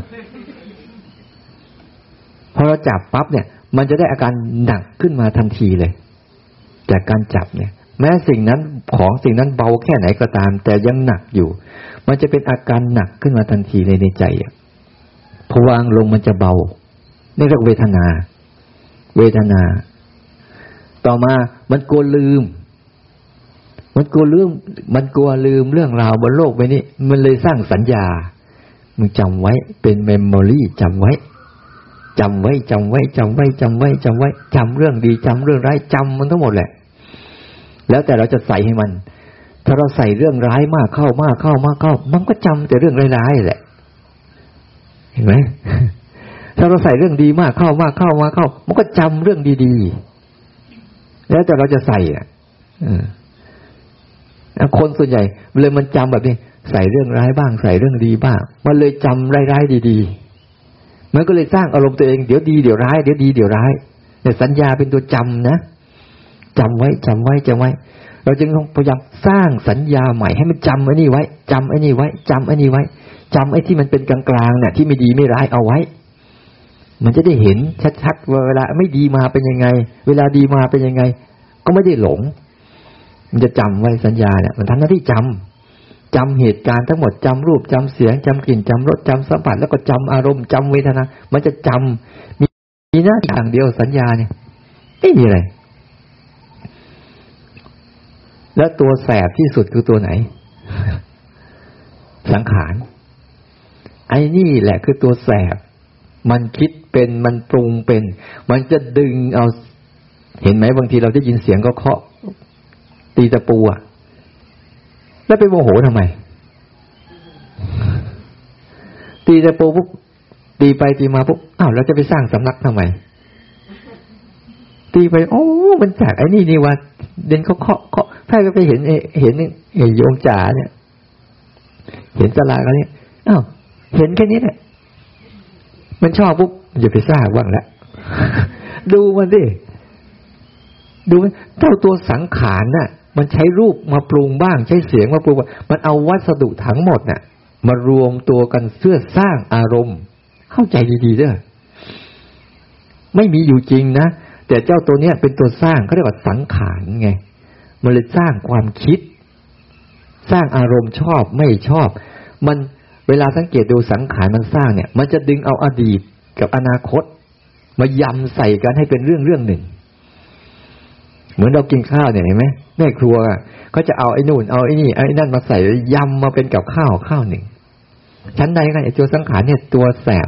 พอเราจับปั๊บเนี่ยมันจะได้อาการหนักขึ้นมาทันทีเลยจากการจับเนี่ยแม้สิ่งนั้นของสิ่งนั้นเบาแค่ไหนก็ตามแต่ยังหนักอยู่มันจะเป็นอาการหนักขึ้นมาทันทีเลยในใจอ่ะพอวางลงมันจะเบานี่เรียกเวทนาเวทนาต่อมามันกลัวลืมมันกลัวลืมมันกลัวลืมเรื่องราวบนโลกใบนี้มันเลยสร้างสัญญามึงจำไว้เป็นเมมโมรีจำไว้จำไว้จำไว้จำไว้จำไว้จำไว้จำเรื่องดีจำเรื่องร้ายจำมันทั้งหมดแหละแล้วแต่เราจะใส่ให้มันถ้าเราใส่เรื่องร้ายมากเข้ามากเข้ามากเข้ามันก็จำแต่เรื่องร้ายๆแหละเห็นไหม ถ้าเราใส่เรื่องดีมากเข้ามากเข้ามากเข้ามันก็จำเรื่องดีๆแล้วแต่เราจะใส่อ่ะคนส่วนใหญ่เลยมันจำแบบนี้ใส่เรื่องร้ายบ้างใส่เรื่องดีบ้างมันเลยจำร้ายๆดีๆมันก็เลยสร้างอารมณ์ตัวเองเดี๋ยวดีเดี๋ยวร้ายเดี๋ยวดีเดี๋ยวร้ายแต่สัญญาเป็นตัวจำนะจำไว้จำไว้จำไว้เราจึงต้องพยายามสร้างสัญญาใหม่ให้มันจำไอ้นี่ไว้จำไอ้นี่ไว้จำไอ้นี่ไว้จำไอ้ที่มันเป็นกลางๆเนี่ยที่ไม่ดีไม่ร้ายเอาไว้มันจะได้เห็นชัดๆว่าเวลาไม่ดีมาเป็นยังไงเวลาดีมาเป็นยังไงก็ไม่ได้หลงมันจะจำไว้สัญญาเนี่ยมันทำหน้าที่จำจำเหตุการณ์ทั้งหมดจำรูปจำเสียงจำกลิ่นจำรสจำสัมผัสแล้วก็จำอารมณ์จำเวทนามันจะจำมีมีหน้าที่อย่างเดียวสัญญาเนี่ยไม่มีอะไรแล้วตัวแสบที่สุดคือตัวไหน สังขารไอ้นี่แหละคือตัวแสบมันคิดเป็นมันปรุงเป็นมันจะดึงเอาเห็นไหมบางทีเราได้ยินเสียงก็เคาะตีตะปูอ่ะแล้วไปโมโหทำไมตีตะปูปุ๊บตีไปตีมาปุ๊บอ้าวแล้วจะไปสร้างสำนักทำไมตีไปโอ้มันจากไอ้นี่นี่ว่าเด่นเขาเคาะเคาะถ้าก็ไปเห็นเห็นเห็นโยมจ๋าเนี่ยเห็นสลาเขาเนี่ยอ้าวเห็นแค่นี้แหละมันชอบปุ๊บอย่าไปสร้างบ้างแล้ว ดูมันดิดูเท่าตัวสังขารน่ะมันใช้รูปมาปรุงบ้างใช้เสียงมาปรุงมันเอาวัสดุทั้งหมดน่ะมารวมตัวกันเพื่อสร้างอารมณ์เข้าใจดีๆเด้อไม่มีอยู่จริงนะแต่เจ้าตัวเนี้ยเป็นตัวสร้างเขาเรียกว่าสังขารไงมันเลยสร้างความคิดสร้างอารมณ์ชอบไม่ชอบมันเวลาสังเกตดูสังขารมันสร้างเนี่ยมันจะดึงเอาอดีตกับอนาคตมายำใส่กันให้เป็นเรื่องเรื่องหนึ่งเหมือนเรากินข้าวเนี่ยเห็นไหมแม่ครัวเขาจะเอาไอ้นู่นเอาไอ้นี่ไอ้นั่นมาใส่ยำมาเป็นกับข้าวข้าวหนึ่งชั้นใดกันไอ้ตัวสังขารเนี่ยตัวแสบ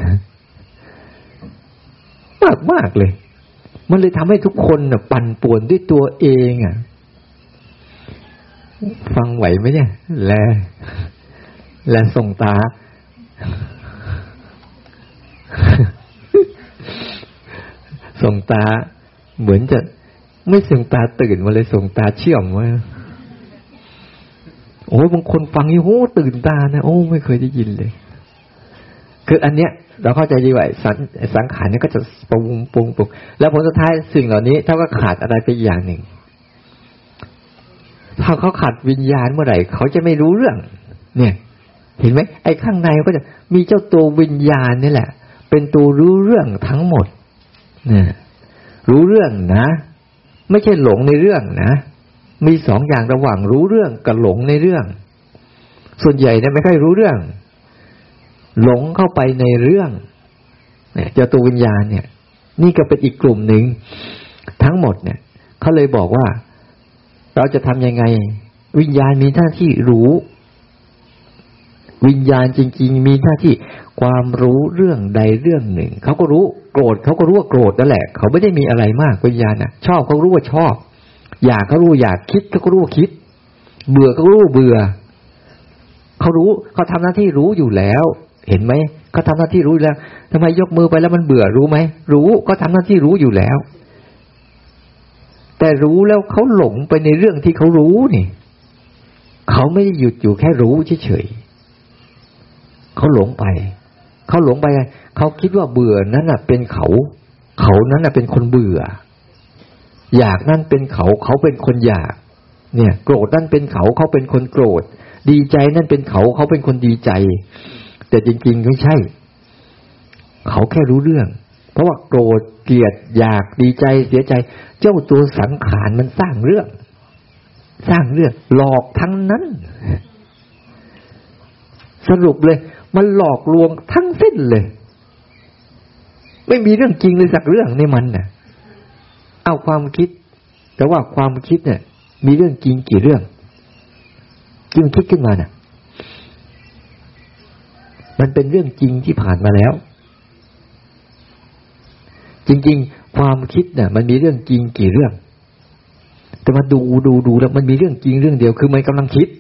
มากมากเลยมันเลยทำให้ทุกคนน่ะปั่นป่วนด้วยตัวเองอ่ะฟังไหวไหมเนี่ยแลแลส่งตาส่งตาเหมือนจะไม่ส่งตาตื่นมาเลยส่งตาเชื่อมว่าโอ้ยบางคนฟังอยู่โอ้ตื่นตานะโอ้ไม่เคยได้ยินเลยคืออันเนี้ยเราเข้าใจดีว่าสังสังขารนี้ก็จะปรุงปรุงปรุงแล้วผลสุดท้ายสิ่งเหล่านี้ถ้าก็ขาดอะไรไปอย่างหนึ่งถ้าเขาขาดวิญญาณเมื่อไหร่เขาจะไม่รู้เรื่องเนี่ยเห็นไหมไอ้ข้างในก็จะมีเจ้าตัววิญญาณนี่แหละเป็นตัวรู้เรื่องทั้งหมดเนี่ยรู้เรื่องนะไม่ใช่หลงในเรื่องนะมีสองอย่างระหว่างรู้เรื่องกับหลงในเรื่องส่วนใหญ่เนี่ยไม่ค่อยรู้เรื่องหลงเข้าไปในเรื่องเนี่ยเจ้าตัววิญญาณเนี่ยนี่ก็เป็นอีกกลุ่มหนึ่งทั้งหมดเนี่ยเขาเลยบอกว่าเราจะทำยังไงวิญญาณมีหน้าที่รู้วิญญาณจริงๆมีหน้าที่ความรู้เรื่องใดเรื่องหนึ่งเขาก็รู้โกรธเขาก็รู้ว่าโกรธนั่นแหละเขาไม่ได้มีอะไรมากวิญญาณน่ะชอบเขารู้ว่าชอบอยากเขารู้อยากคิดเขาก็รู้ว่าคิดเบื่อก็รู้เบื่อเขารู้เขาทำหน้าที่รู้อยู่แล้วเห็นไหมเขาทำหน้าที่รู้แล้วทำไมยกมือไปแล้วมันเบื่อรู้ไหมรู้ก็ทำหน้าที่รู้อยู่แล้วแต่รู้แล้วเขาหลงไปในเรื่องที่เขารู้นี่เขาไม่ได้หยุดอยู่แค่รู้เฉยๆเขาหลงไปเขาหลงไปเขาคิดว่าเบื่อนั้นน่ะเป็นเขาเขานั้นน่ะเป็นคนเบื่ออยากนั่นเป็นเขาเขาเป็นคนอยากเนี่ยโกรธนั่นเป็นเขาเขาเป็นคนโกรธดีใจนั่นเป็นเขาเขาเป็นคนดีใจแต่จริงๆไม่ใช่เขาแค่รู้เรื่องเพราะว่าโกรธเกลียดอยากดีใจเสียใจเจ้าตัวสังขารมันสร้างเรื่องสร้างเรื่องหลอกทั้งนั้นสรุปเลยมันหลอกลวงทั้งสิ้นเลยไม่มีเรื่องจริงเลยสักเรื่องในมันน่ะเอาความคิดแต่ว่าความคิดเนี่ยมีเรื่องจริงกี่เรื่องที่มันคิดขึ้นมาน่ะมันเป็นเรื่องจริงที่ผ่านมาแล้วจริงๆความคิดน่ะมันมีเรื่องจริงกี่เรื่องแต่มาดูดูดูแล้วมันมีเรื่องจริงเรื่องเดียวคือมันกำลังคิด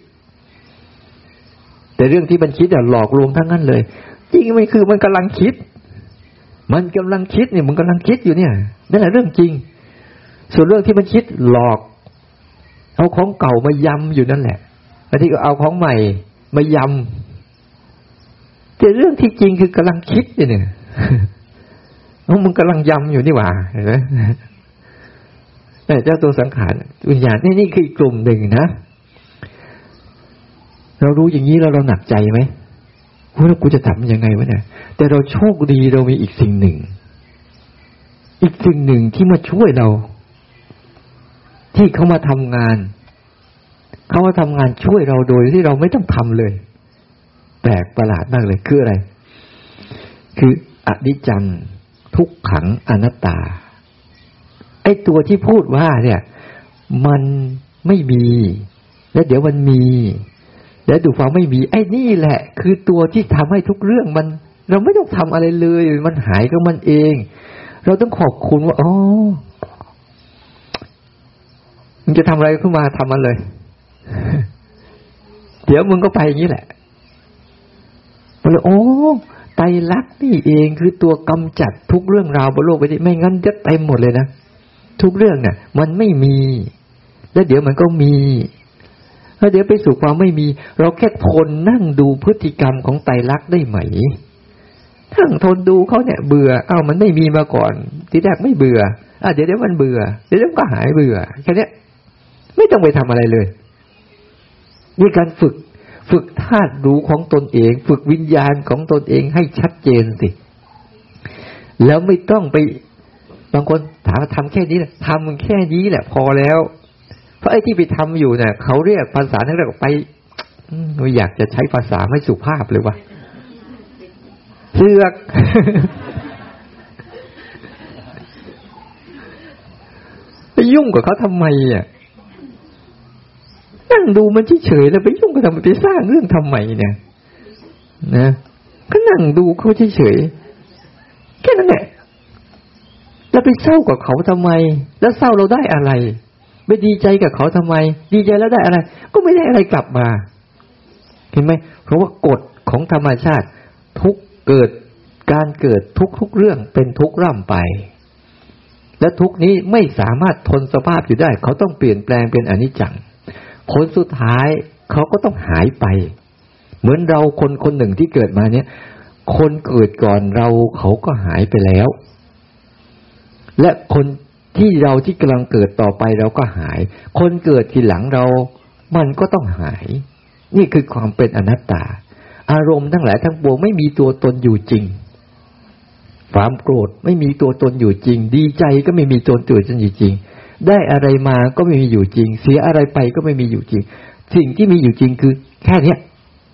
แต่เรื่องที่มันคิดอ่ะหลอกลวงทั้งนั้นเลยจริงไม่คือมันกำลังคิดมันกำลังคิดเนี่ยมันกำลังคิดอยู่เนี่ยนั่นแหละเรื่องจริงส่วนเรื่องที่มันคิดหลอกเอาของเก่ามายำอยู่นั่นแหละบางทีก็เอาของใหม่มายำแต่เรื่องที่จริงคือกำลังคิดเนี่ยเอามึงกำลังยำอยู่นี่หว่าเห็นไหมแต่เจ้าตัวสังขารวิญญาณนี่นี่คือกลุ่มหนึ่งนะเรารู้อย่างนี้แล้วเราหนักใจไหมว่ากูจะทำยังไงวะเนี่ยแต่เราโชคดีเรามีอีกสิ่งหนึ่งอีกสิ่งหนึ่งที่มาช่วยเราที่เขามาทำงานเขามาทำงานช่วยเราโดยที่เราไม่ต้องทำเลยแปลกประหลาดมากเลยคืออะไรคืออนิจจังทุกขังอนัตตาไอ้ตัวที่พูดว่าเนี่ยมันไม่มีแล้วเดี๋ยวมันมีแล้วดูความไม่มีไอ้นี่แหละคือตัวที่ทำให้ทุกเรื่องมันเราไม่ต้องทำอะไรเลยมันหายของมันเองเราต้องขอบคุณว่าอ๋อมึงจะทำอะไรขึ้นมาทำมันเลยเดี๋ยวมึงก็ไปอย่างนี้แหละมันเลยโอ้ไตรลักษณ์นี่เองคือตัวกำจัดทุกเรื่องราวบนโลกไปดิไม่งั้นจะเต็มหมดเลยนะทุกเรื่องเนี่ยมันไม่มีแล้วเดี๋ยวมันก็มีแล้วเดี๋ยวไปสู่ความไม่มีเราแค่ทนนั่งดูพฤติกรรมของไตรลักษณ์ได้ไหมทั้งทนดูเขาเนี่ยเบื่อเอ้ามันไม่มีมาก่อนทีแรกไม่เบื่ออ่ะเดี๋ยวเดี๋ยวมันเบื่อเดี๋ยวมันก็หายเบื่อแค่นี้ไม่ต้องไปทำอะไรเลยมีการฝึกฝึกธาตุรู้ของตนเองฝึกวิญญาณของตนเองให้ชัดเจนสิแล้วไม่ต้องไปบางคนถามว่าทำแค่นี้นะทำแค่นี้แหละพอแล้วเพราะไอ้ที่ไปทำอยู่เนี่ยเขาเรียกภาษาเรียกไปไม่อยากจะใช้ภาษาไม่สุภาพเลยว่ะเสือกไปยุ่งกับเขาทำไมอ่ะนั่งดูมันเฉยๆแล้วไปยุ่งกับทำไมไปสร้างเรื่องทำไมเนี่ยนะก็นั่งดูเขาเฉยๆแค่นั้นแหละแล้วไปเศร้ากับเขาทำไมแล้วเศร้าเราได้อะไรไปดีใจกับเขาทำไมดีใจแล้วได้อะไรก็ไม่ได้อะไรกลับมาเห็นไหมเพราะว่ากฎของธรรมชาติทุกเกิดการเกิดทุกๆเรื่องเป็นทุกร่ำไปและทุกนี้ไม่สามารถทนสภาพอยู่ได้เขาต้องเปลี่ยนแปลงเป็นอนิจจังคนสุดท้ายเขาก็ต้องหายไปเหมือนเราคนคนหนึ่งที่เกิดมาเนี่ยคนเกิดก่อนเราเขาก็หายไปแล้วและคนที่เราที่กำลังเกิดต่อไปเราก็หายคนเกิดทีหลังเรามันก็ต้องหายนี่คือความเป็นอนัตตาอารมณ์ทั้งหลายทั้งปวงไม่มีตัวตนอยู่จริงความโกรธไม่มีตัวตนอยู่จริงดีใจก็ไม่มีตัวตนอยู่จริงได้อะไรมาก็ไม่มีอยู่จริงเสียอะไรไปก็ไม่มีอยู่จริงสิ่งที่มีอยู่จริงคือแค่นี้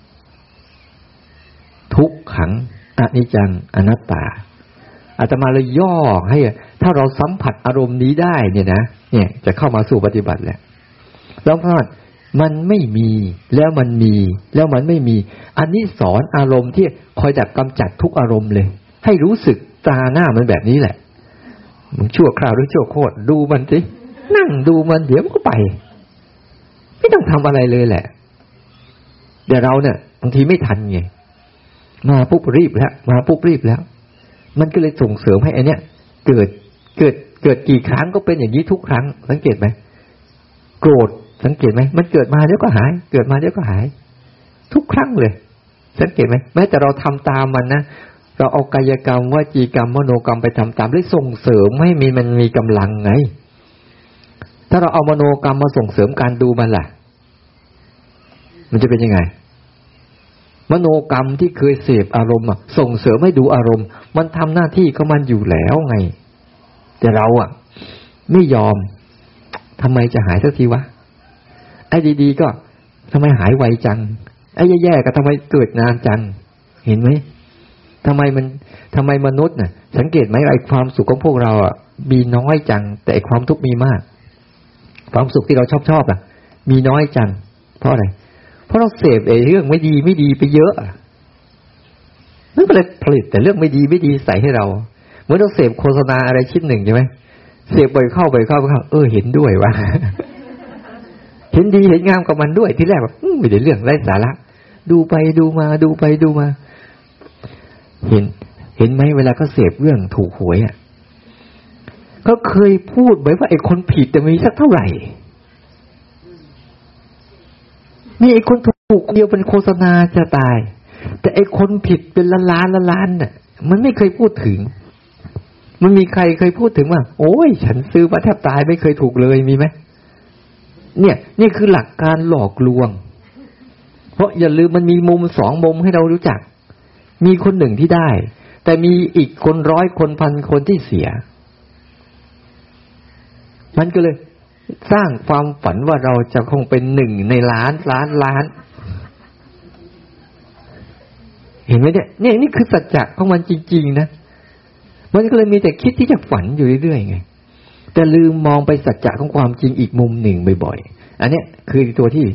ทุกขังอนิจจังอนัตตาอาตมาเลยย่อให้ถ้าเราสัมผัสอารมณ์นี้ได้เนี่ยนะเนี่ยจะเข้ามาสู่ปฏิบัติแหละแล้วพอมันไม่มีแล้วมันมีแล้วมันไม่มีอันนี้สอนอารมณ์ที่คอยดักกำจัดทุกอารมณ์เลยให้รู้สึกตาหน้ามันแบบนี้แหละมึงชั่วคราวหรือชั่วโคตรดูมันสินั่งดูมันเดี๋ยวมันก็ไปไม่ต้องทำอะไรเลยแหละแต่เราเนี่ยบางทีไม่ทันไงมาปุ๊บรีบแล้วมาปุ๊บรีบแล้วมันก็เลยส่งเสริมให้อันเนี้ยเกิดเกิดเกิดกี่ครั้งก็เป็นอย่างนี้ทุกครั้งสังเกตไหมโกรธสังเกตไหมมันเกิดมาเดี๋ยวก็หายเกิดมาเดี๋ยวก็หายทุกครั้งเลยสังเกตไหมแม้แต่เราทำตามมันนะเราเอากายกรรมวจีกรรมมโนกรรมไปทำตามเลยส่งเสริมให้มีมันมีกำลังไงถ้าเราเอามโนกรรมมาส่งเสริมการดูมันล่ะมันจะเป็นยังไงมโนกรรมที่เคยเสพอารมณ์ส่งเสริมให้ดูอารมณ์มันทำหน้าที่ของมันอยู่แล้วไงแต่เราอ่ะไม่ยอมทำไมจะหายสักทีวะไอ้ดีๆก็ทำไมหายไวจังไอ้แย่ๆก็ทำไมเกิดนานจังเห็นไหมทำไมมันทำไมมนุษย์น่ะสังเกตไหมไอ้ความสุขของพวกเราอ่ะมีน้อยจังแต่ไอ้ความทุกข์มีมากความสุขที่เราชอบชอบอ่ะมีน้อยจังเพราะอะไรเพราะเราเสพไอ้เรื่องไม่ดีไม่ดีไปเยอะนั่นก็เลยผลิตแต่เรื่องไม่ดีไม่ดีใส่ให้เราเหมือนเราเสพโฆษณาอะไรชิ้นหนึ่งใช่ไหมเสพบ่อยเข้าบ่อยเข้าบ่อยเข้าเออเห็นด้วยว่ะเห็นดีเห็นงามกับมันด้วยที่แรกแบบไม่ได้เรื่องไร้สาระดูไปดูมาดูไปดูมาเห็นเห็นไหมเวลาเขาเสพเรื่องถูกหวยอ่ะเขาเคยพูดไว้ว่าไอ้คนผิดจะมีสักเท่าไหร่มีไอ้คนถูกเดียวเป็นโฆษณาจะตายแต่ไอ้คนผิดเป็นล้านล้านล้านน่ะมันไม่เคยพูดถึงมันมีใครเคยพูดถึงว่าโอ้ยฉันซื้อมาแทบตายไม่เคยถูกเลยมีไหมเนี่ยนี่คือหลักการหลอกลวงเพราะอย่าลืมมันมีมุมสองมุมให้เรารู้จักมีคนหนึ่งที่ได้แต่มีอีกคนร้อยคนพันคนที่เสียมันก็เลยสร้างความฝันว่าเราจะคงเป็นหนึ่งในล้านล้านล้านเห็นไหมเนี่ยเนี่ยนี่คือสัจจะของมันจริงๆนะมันก็เลยมีแต่คิดที่จะฝันอยู่เรื่อยๆไงแต่ลืมมองไปสัจจะของความจริงอีกมุมหนึ่งบ่อยๆอันนี้คือตัวที่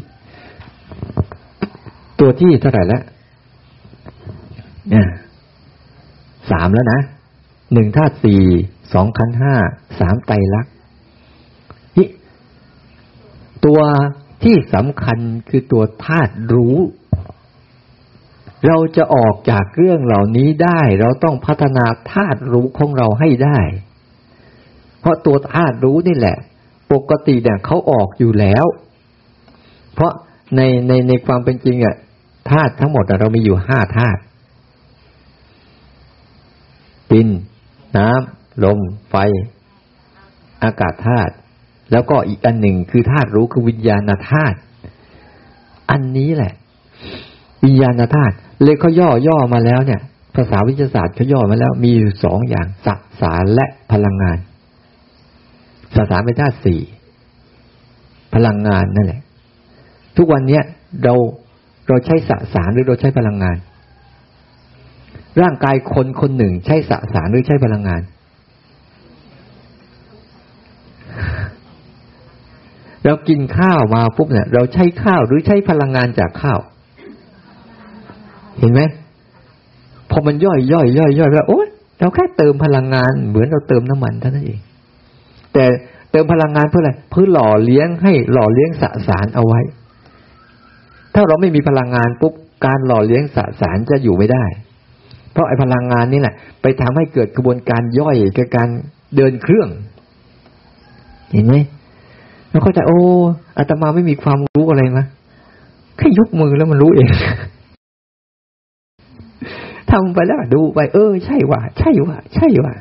ตัวที่เท่าไหร่แล้วเนี่ยสามแล้วนะหนึ่งธาตุสี่สองขันธ์ห้าสามไตรลักษณ์นี่ตัวที่สำคัญคือตัวธาตุรู้เราจะออกจากเรื่องเหล่านี้ได้เราต้องพัฒนาธาตุรู้ของเราให้ได้เพราะตัวธาตุรู้นี่แหละปกติเนี่ยเขาออกอยู่แล้วเพราะในในในความเป็นจริงอ่ะธาตุทั้งหมดเรามีอยู่ห้าธาตุดินน้ำลมไฟอากาศธาตุแล้วก็อีกอันหนึ่งคือธาตุรู้คือวิญญาณธาตุอันนี้แหละวิญญาณธาตุเลยเขาย่อย่อมาแล้วเนี่ยภาษาวิทยาศาสตร์เขาย่อมาแล้วมีอยู่สองอย่างสสารและพลังงานสสารเป็นธาตุสี่พลังงานนั่นแหละทุกวันนี้เราเราใช้สสารหรือเราใช้พลังงานร่างกายคนคนหนึ่งใช้สสารหรือใช้พลังงานเรากินข้าวมาปุ๊บเนี่ยเราใช้ข้าวหรือใช้พลังงานจากข้าวเห็นไหมพอมันย่อยย่อยย่อยย่อยแล้วโอ๊ยเราแค่เติมพลังงานเหมือนเราเติมน้ำมันเท่านั้นเองแต่เติมพลังงานเพื่ออะไรเพื่อหล่อเลี้ยงให้หล่อเลี้ยงสสารเอาไว้ถ้าเราไม่มีพลังงานปุ๊บการหล่อเลี้ยงสสารจะอยู่ไม่ได้เพราะไอ้พลังงานนี่แหละไปทำให้เกิดกระบวนการย่อยกับการเดินเครื่องเห็นไหมแล้วก็จะโอ้อาตมาไม่มีความรู้อะไรนะแค่ยกมือแล้วมันรู้เองทำไปแล้วดูไปเออใช่ว่ะใช่ว่ะใช่ว่ะ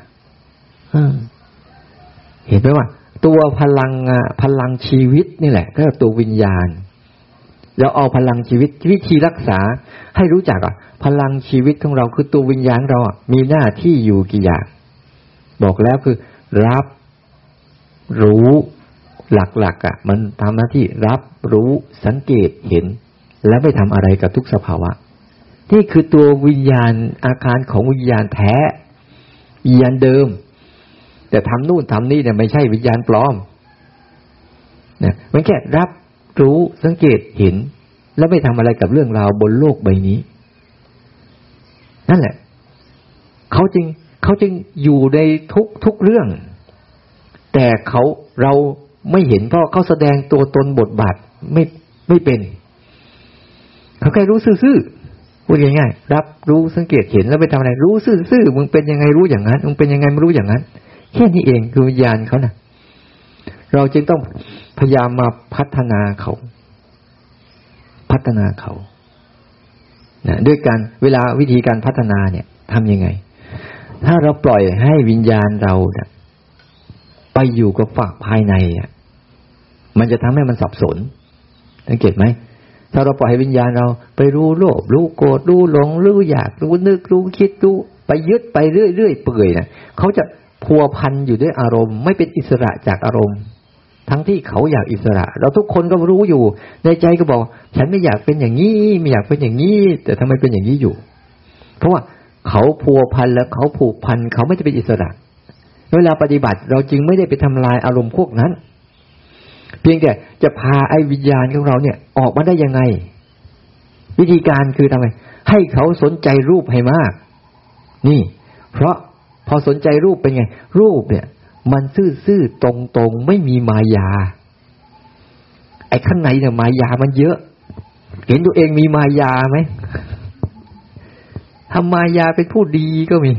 เห็นไหมว่าตัวพลังพลังชีวิตนี่แหละก็ตัววิญญาณเราเอาพลังชีวิตวิธีรักษาให้รู้จักอ่ะพลังชีวิตของเราคือตัววิญญาณเราอ่ะมีหน้าที่อยู่กี่อย่างบอกแล้วคือรับรู้หลักๆอ่ะมันทำหน้าที่รับรู้สังเกตเห็นและไม่ทำอะไรกับทุกสภาวะนี่คือตัววิญญาณอาการของวิญญาณแท้วิญญาณเดิมแต่ทำนู่นทำนี่เนี่ยไม่ใช่วิญญาณปลอมนะมันแค่รับรู้สังเกตเห็นแล้วไม่ทำอะไรกับเรื่องราวบนโลกใบนี้นั่นแหละเขาจึงเขาจึงอยู่ในทุกทุกเรื่องแต่เขาเราไม่เห็นเพราะเขาแสดงตัวตนบทบาทไม่ไม่เป็นเขาแค่รู้ซื่อๆพูดง่ายๆรับรู้สังเกตเห็นแล้วไปทำอะไรรู้ซื่อๆมึงเป็นยังไงรู้อย่างนั้นมึงเป็นยังไงไม่รู้อย่างนั้นแค่นี้เองคือวิญญาณเขานะเราจึงต้องพยายามมาพัฒนาเขาพัฒนาเขานะด้วยการเวลาวิธีการพัฒนาเนี่ยทำยังไงถ้าเราปล่อยให้วิญญาณเราเนี่ยไปอยู่กับฝักภายในอ่ะมันจะทำให้มันสับสนสังเกตไหมถ้าเราปล่อยให้วิญญาณเราไปรู้โลภรู้โกรธรู้หลงรู้อยากรู้นึกรู้คิดรู้ไปยึดไปเรื่อยๆเปื่อยนะเขาจะพัวพันอยู่ด้วยอารมณ์ไม่เป็นอิสระจากอารมณ์ทั้งที่เขาอยากอิสระเราทุกคนก็รู้อยู่ในใจก็บอกฉันไม่อยากเป็นอย่างนี้ไม่อยากเป็นอย่างนี้แต่ทำไมเป็นอย่างนี้อยู่เพราะว่าเขาพัวพันแล้วเขาผูกพันเขาไม่ได้เป็นอิสระเวลาปฏิบัติเราจึงไม่ได้ไปทำลายอารมณ์พวกนั้นเพียงแต่จะพาไอ้วิญญาณของเราเนี่ยออกมาได้ยังไงวิธีการคือทำไงให้เขาสนใจรูปให้มากนี่เพราะพอสนใจรูปเป็นไงรูปเนี่ยมันซื่อๆตรงๆไม่มีมายาไอ้ข้างในเนี่ยมายามันเยอะเห็นตัวเองมีมายาไหมทำมายาเป็นผู้ดีก็มี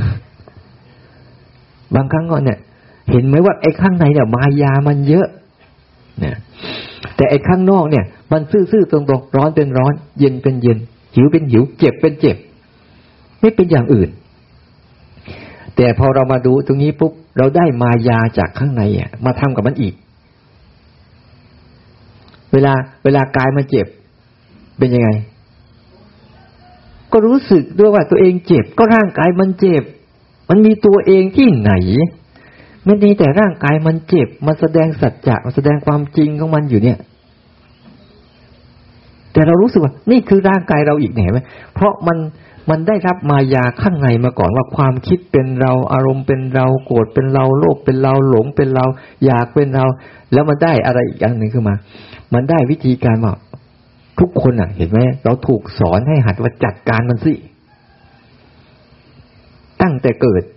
บางครั้งก็เนี่ยเห็นไหมว่าไอ้ข้างในเนี่ยมายามันเยอะเนี่ยแต่ไอ้ข้างนอกเนี่ยมันซื่อๆตรงๆร้อนเป็นร้อนเย็นเป็นเย็นหิวเป็นหิวเจ็บเป็นเจ็บไม่เป็นอย่างอื่นแต่พอเรามาดูตรงนี้ปุ๊บเราได้มายาจากข้างในอ่ะมาทำกับมันอีกเวลาเวลากายมันเจ็บเป็นยังไงก็รู้สึกด้วยว่าตัวเองเจ็บก็ร่างกายมันเจ็บมันมีตัวเองที่ไหนไม่ดีแต่ร่างกายมันเจ็บมันแสดงสัจจะมันแสดงความจริงของมันอยู่เนี่ยแต่เรารู้สึกว่านี่คือร่างกายเราอีกไหมเพราะมันมันได้รับมายาข้างในมาก่อนว่าความคิดเป็นเราอารมณ์เป็นเราโกรธเป็นเราโลภเป็นเราหลงเป็นเราอยากเป็นเราแล้วมันได้อะไรอีกอย่างหนึ่งขึ้นมามันได้วิธีการว่าทุกคนอ่ะเห็นไหมเราถูกสอนให้หัดว่าจัดการมันสิตั้งแต่เกิด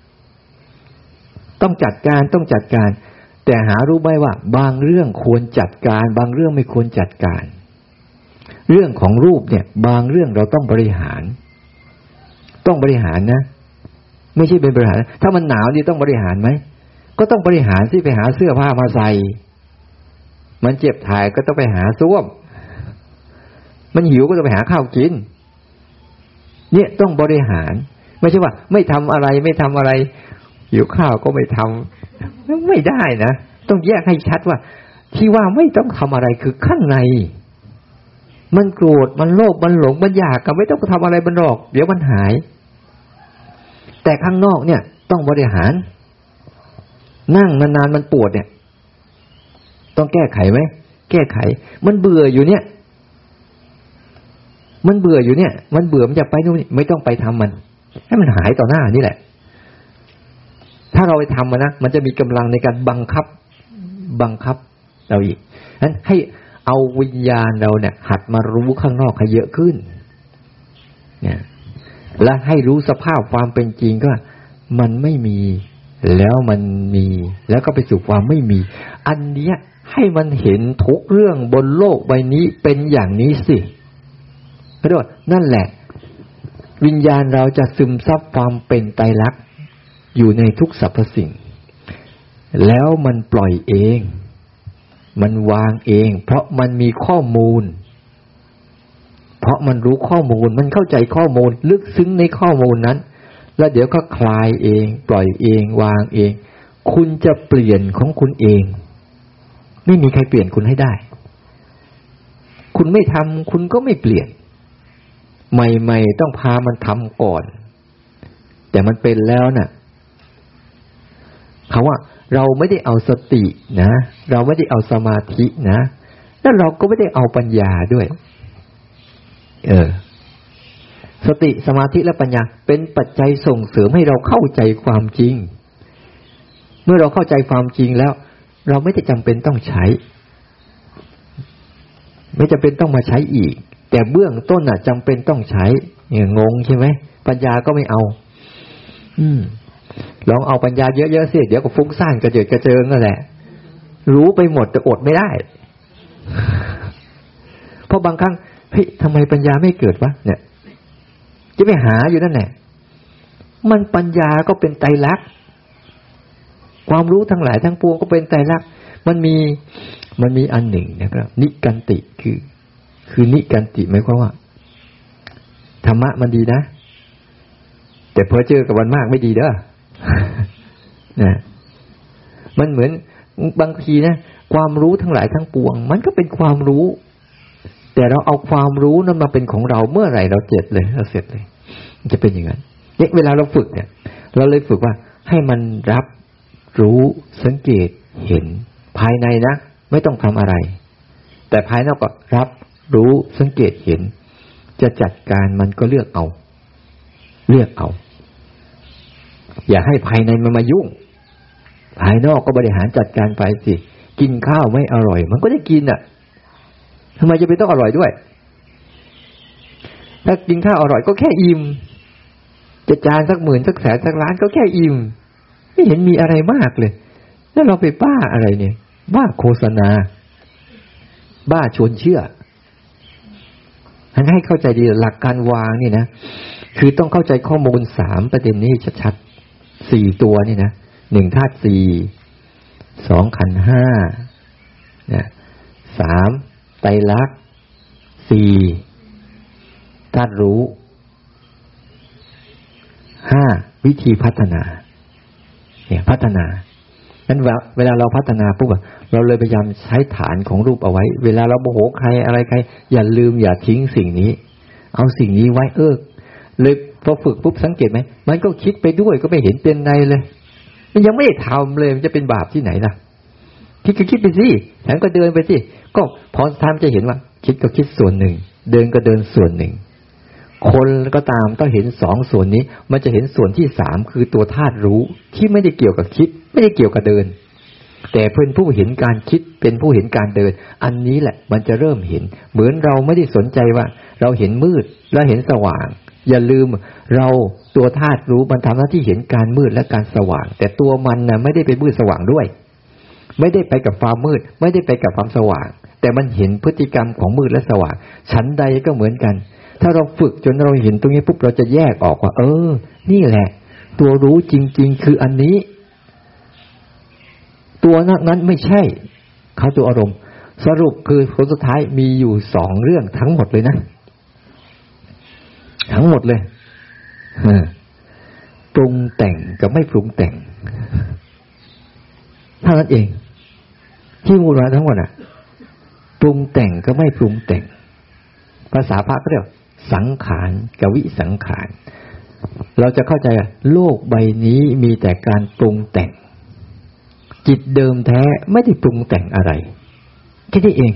ต้องจัดการต้องจัดการแต่หารู้ไหมว่าบางเรื่องควรจัดการบางเรื่องไม่ควรจัดการเรื่องของรูปเนี่ยบางเรื่องเราต้องบริหารต้องบริหารนะไม่ใช่เป็นบริหารถ้ามันหนาวนี่ต้องบริหารไหมก็ต้องบริหารสิไปหาเสื้อผ้ามาใส่มันเจ็บถ่ายก็ต้องไปหาส้วมมันหิวก็ต้องไปหาข้าวกินเนี่ยต้องบริหารไม่ใช่ว่าไม่ทำอะไรไม่ทำอะไรหิวข้าวก็ไม่ทำไม่ได้นะต้องแยกให้ชัดว่าที่ว่าไม่ต้องทำอะไรคือข้างในมันโกรธมันโลภมันหลงมันอยากก็ไม่ต้องทำอะไรมันหรอกเดี๋ยวมันหายแต่ข้างนอกเนี่ยต้องบริหารนั่งนานๆมันปวดเนี่ยต้องแก้ไขไหมแก้ไขมันเบื่ออยู่เนี่ยมันเบื่ออยู่เนี่ยมันเบื่อมันจะไปนู่นไม่ต้องไปทำมันให้มันหายต่อหน้านี่แหละถ้าเราไปทำมันนะมันจะมีกำลังในการบังคับบังคับเราอีกนั้นให้เอาวิญญาณเราเนี่ยหัดมารู้ข้างนอกให้เยอะขึ้นเนี่ยและให้รู้สภาพความเป็นจริงก็มันไม่มีแล้วมันมีแล้วก็ไปสู่ความไม่มีอันเนี้ยให้มันเห็นทุกเรื่องบนโลกใบนี้เป็นอย่างนี้สิเพราะว่านั่นแหละวิญญาณเราจะซึมซับความเป็นไตรลักษณ์อยู่ในทุกสรรพสิ่งแล้วมันปล่อยเองมันวางเองเพราะมันมีข้อมูลเพราะมันรู้ข้อมูลมันเข้าใจข้อมูลลึกซึ้งในข้อมูลนั้นแล้วเดี๋ยวก็คลายเองปล่อยเองวางเองคุณจะเปลี่ยนของคุณเองไม่มีใครเปลี่ยนคุณให้ได้คุณไม่ทำคุณก็ไม่เปลี่ยนใหม่ๆต้องพามันทำก่อนแต่มันเป็นแล้วน่ะเขาว่าเราไม่ได้เอาสตินะเราไม่ได้เอาสมาธินะแล้วเราก็ไม่ได้เอาปัญญาด้วยเออสติสมาธิและปัญญาเป็นปัจจัยส่งเสริมให้เราเข้าใจความจริงเมื่อเราเข้าใจความจริงแล้วเราไม่ได้จำเป็นต้องใช้ไม่จำเป็นต้องมาใช้อีกแต่เบื้องต้นน่ะจำเป็นต้องใช้เนี่ยงงใช่ไหมปัญญาก็ไม่เอาอืมลองเอาปัญญาเยอะๆสิเดี๋ยวก็ฟุ้งซ่านกระเจิดกระเจิงนั่นแหละรู้ไปหมดแต่อดไม่ได้ราะบางครั้งเฮ้ยทำไมปัญญาไม่เกิดวะเนี่ยจะไปหาอยู่นั่นแหละมันปัญญาก็เป็นไตรลักษณ์ความรู้ทั้งหลายทั้งปวงก็เป็นไตรลักษณ์มันมีมันมีอันหนึ่งนะครับนิกันติคือคือนิกันติหมายความว่าธรรมะมันดีนะแต่พอเจอกับมันมากไม่ดีเด้อนะมันเหมือนบางทีนะความรู้ทั้งหลายทั้งปวงมันก็เป็นความรู้แต่เราเอาความรู้นั้นมาเป็นของเราเมื่อไหร่เราเจ็บเลยเราเสร็จเลยมันจะเป็นอย่างนั้นเนี่ยเวลาเราฝึกเนี่ยเราเลยฝึกว่าให้มันรับรู้สังเกตเห็นภายในนะไม่ต้องทำอะไรแต่ภายนอกก็รับรู้สังเกตเห็นจะจัดการมันก็เลือกเอาเลือกเอาอย่าให้ภายในมันมายุ่งภายนอกก็บริหารจัดการไปสิกินข้าวไม่อร่อยมันก็ได้กินอ่ะทำไมจะไปต้องอร่อยด้วยถ้ากินข้าวอร่อยก็แค่อิ่มจะจานสักหมื่นสักแสนสักล้านก็แค่อิ่มไม่เห็นมีอะไรมากเลยแล้วเราไปบ้าอะไรเนี่ยบ้าโฆษณาบ้าชวนเชื่อให้เข้าใจดีหลักการวางนี่นะคือต้องเข้าใจข้อมูลสามประเด็นนี้ชัดๆสี่ตัวนี่นะหนึ่งธาตุสี่สองขันธ์ห้าเนี่ยสามไตรลักษณ์สี่ธาตุรู้ห้าวิธีพัฒนาเนี่ยพัฒนานั้นเวลาเราพัฒนาปุ๊บเราเลยพยายามใช้ฐานของรูปเอาไว้เวลาเราโมโหใครอะไรใครอย่าลืมอย่าทิ้งสิ่งนี้เอาสิ่งนี้ไว้เออเลยพอฝึกปุ๊บสังเกตไหมมันก็คิดไปด้วยก็ไม่เห็นเป็นไรเลยมันยังไม่ได้ทำเลยมันจะเป็นบาปที่ไหนล่ะคิดก็คิดไปสิแถมก็เดินไปสิก็พอทำจะเห็นว่าคิดก็คิดส่วนหนึ่งเดินก็เดินส่วนหนึ่งคนก็ตามต้องเห็นสองส่วนนี้มันจะเห็นส่วนที่สามคือตัวธาตุรู้ที่ไม่ได้เกี่ยวกับคิดไม่ได้เกี่ยวกับเดินแต่เพื่อนผู้เห็นการคิดเป็นผู้เห็นการเดินอันนี้แหละมันจะเริ่มเห็นเหมือนเราไม่ได้สนใจว่าเราเห็นมืดแล้วเห็นสว่างอย่าลืมเราตัวธาตุรู้มันทำหน้าที่เห็นการมืดและการสว่างแต่ตัวมันน่ะไม่ได้ไปมืดสว่างด้วยไม่ได้ไปกับความมืดไม่ได้ไปกับความสว่างแต่มันเห็นพฤติกรรมของมืดและสว่างฉันใดก็เหมือนกันถ้าเราฝึกจนเราเห็นตรงนี้ปุ๊บเราจะแยกออกว่าเออนี่แหละตัวรู้จริงๆคืออันนี้ตัวนั้นไม่ใช่เขาตัวอารมณ์สรุปคือผลสุดท้ายมีอยู่สองเรื่องทั้งหมดเลยนะทั้งหมดเลยปรุงแต่งกับไม่ปรุงแต่งเท่านั้นเองที่มูลมาทั้งหมดอ่ะปรุงแต่งก็ไม่ปรุงแต่งภาษาพระก็เรียกสังขารกับวิสังขารเราจะเข้าใจว่าโลกใบนี้มีแต่การปรุงแต่งจิตเดิมแท้ไม่ได้ปรุงแต่งอะไรแค่นี้เอง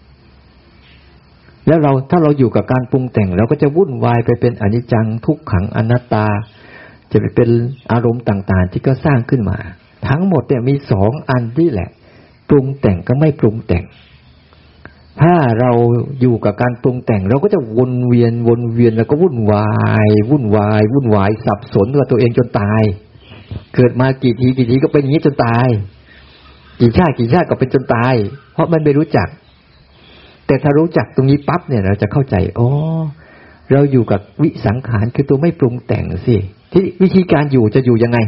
แล้วเราถ้าเราอยู่กับการปรุงแต่งเราก็จะวุ่นวายไปเป็นอนิจจังทุกขังอนัตตาจะไปเป็นอารมณ์ต่างๆที่ก็สร้างขึ้นมาทั้งหมดเนี่ยมีสองอันที่แหละปรุงแต่งก็ไม่ปรุงแต่งถ้าเราอยู่กับการปรุงแต่งเราก็จะวนเวียนวนเวียนแล้วก็วุ่นวายวุ่นวายวุ่นวายสับสนกับตัวเองจนตายเกิดมากี่ทีกี่ทีก็เป็นอย่างนี้จนตายกี่ชาติกี่ชาติก็เป็นจนตายเพราะมันไม่รู้จักแต่ถ้ารู้จักตรงนี้ปั๊บเนี่ยเราจะเข้าใจอ๋อเราอยู่กับวิสังขารคือตัวไม่ปรุงแต่งสิที่วิธีการอยู่จะอยู่ยังไง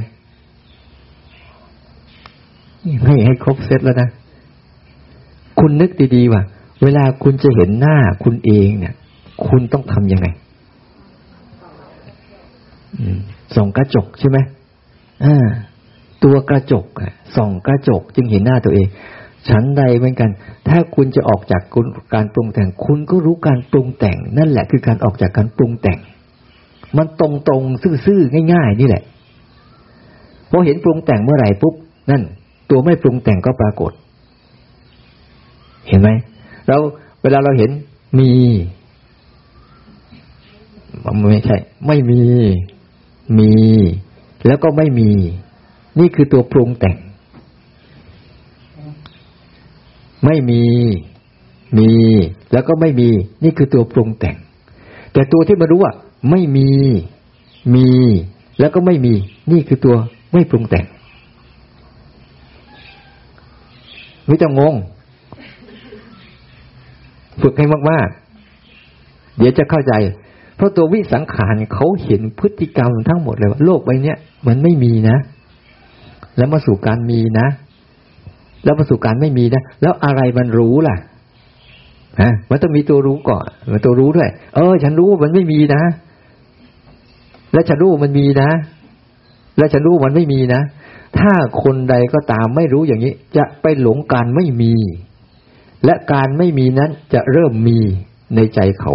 ให้ให้ครบเซตแล้วนะคุณนึกดีๆว่าเวลาคุณจะเห็นหน้าคุณเองเนี่ยคุณต้องทำยังไงส่องกระจกใช่ไหมอ่าตัวกระจกส่องกระจกจึงเห็นหน้าตัวเองฉันใดเหมือนกันถ้าคุณจะออกจากการปรุงแต่งคุณก็รู้การปรุงแต่งนั่นแหละคือการออกจากการปรุงแต่งมันตรงๆซื่อๆง่ายๆนี่แหละพอเห็นปรุงแต่งเมื่อไหร่ปุ๊บนั่นตัวไม่ปรุงแต่งก็ปรากฏเห็นไหมเราเวลาเราเห็นมีไม่ใช่ไม่มีมีแล้วก็ไม่มีนี่คือตัวปรุงแต่งไม่มีมีแล้วก็ไม่มีนี่คือตัวปรุงแต่งแต่ตัวที่มารู้ว่าไม่มีมีแล้วก็ไม่มีนี่คือตัวไม่ปรุงแต่งไม่ต้องงงฝึกให้มากเดี๋ยวจะเข้าใจเพราะตัววิสังขารเขาเห็นพฤติกรรมทั้งหมดเลยว่าโลกใบนี้มันไม่มีนะแล้วมาสู่การมีนะแล้วมาสู่การไม่มีนะแล้วอะไรมันรู้ล่ะฮะมันต้องมีตัวรู้ก่อนมันตัวรู้ด้วยเออฉันรู้ว่ามันไม่มีนะแล้วฉันรู้มันมีนะแล้วฉันรู้มันไม่มีนะถ้าคนใดก็ตามไม่รู้อย่างนี้จะไปหลงการไม่มีและการไม่มีนั้นจะเริ่มมีในใจเขา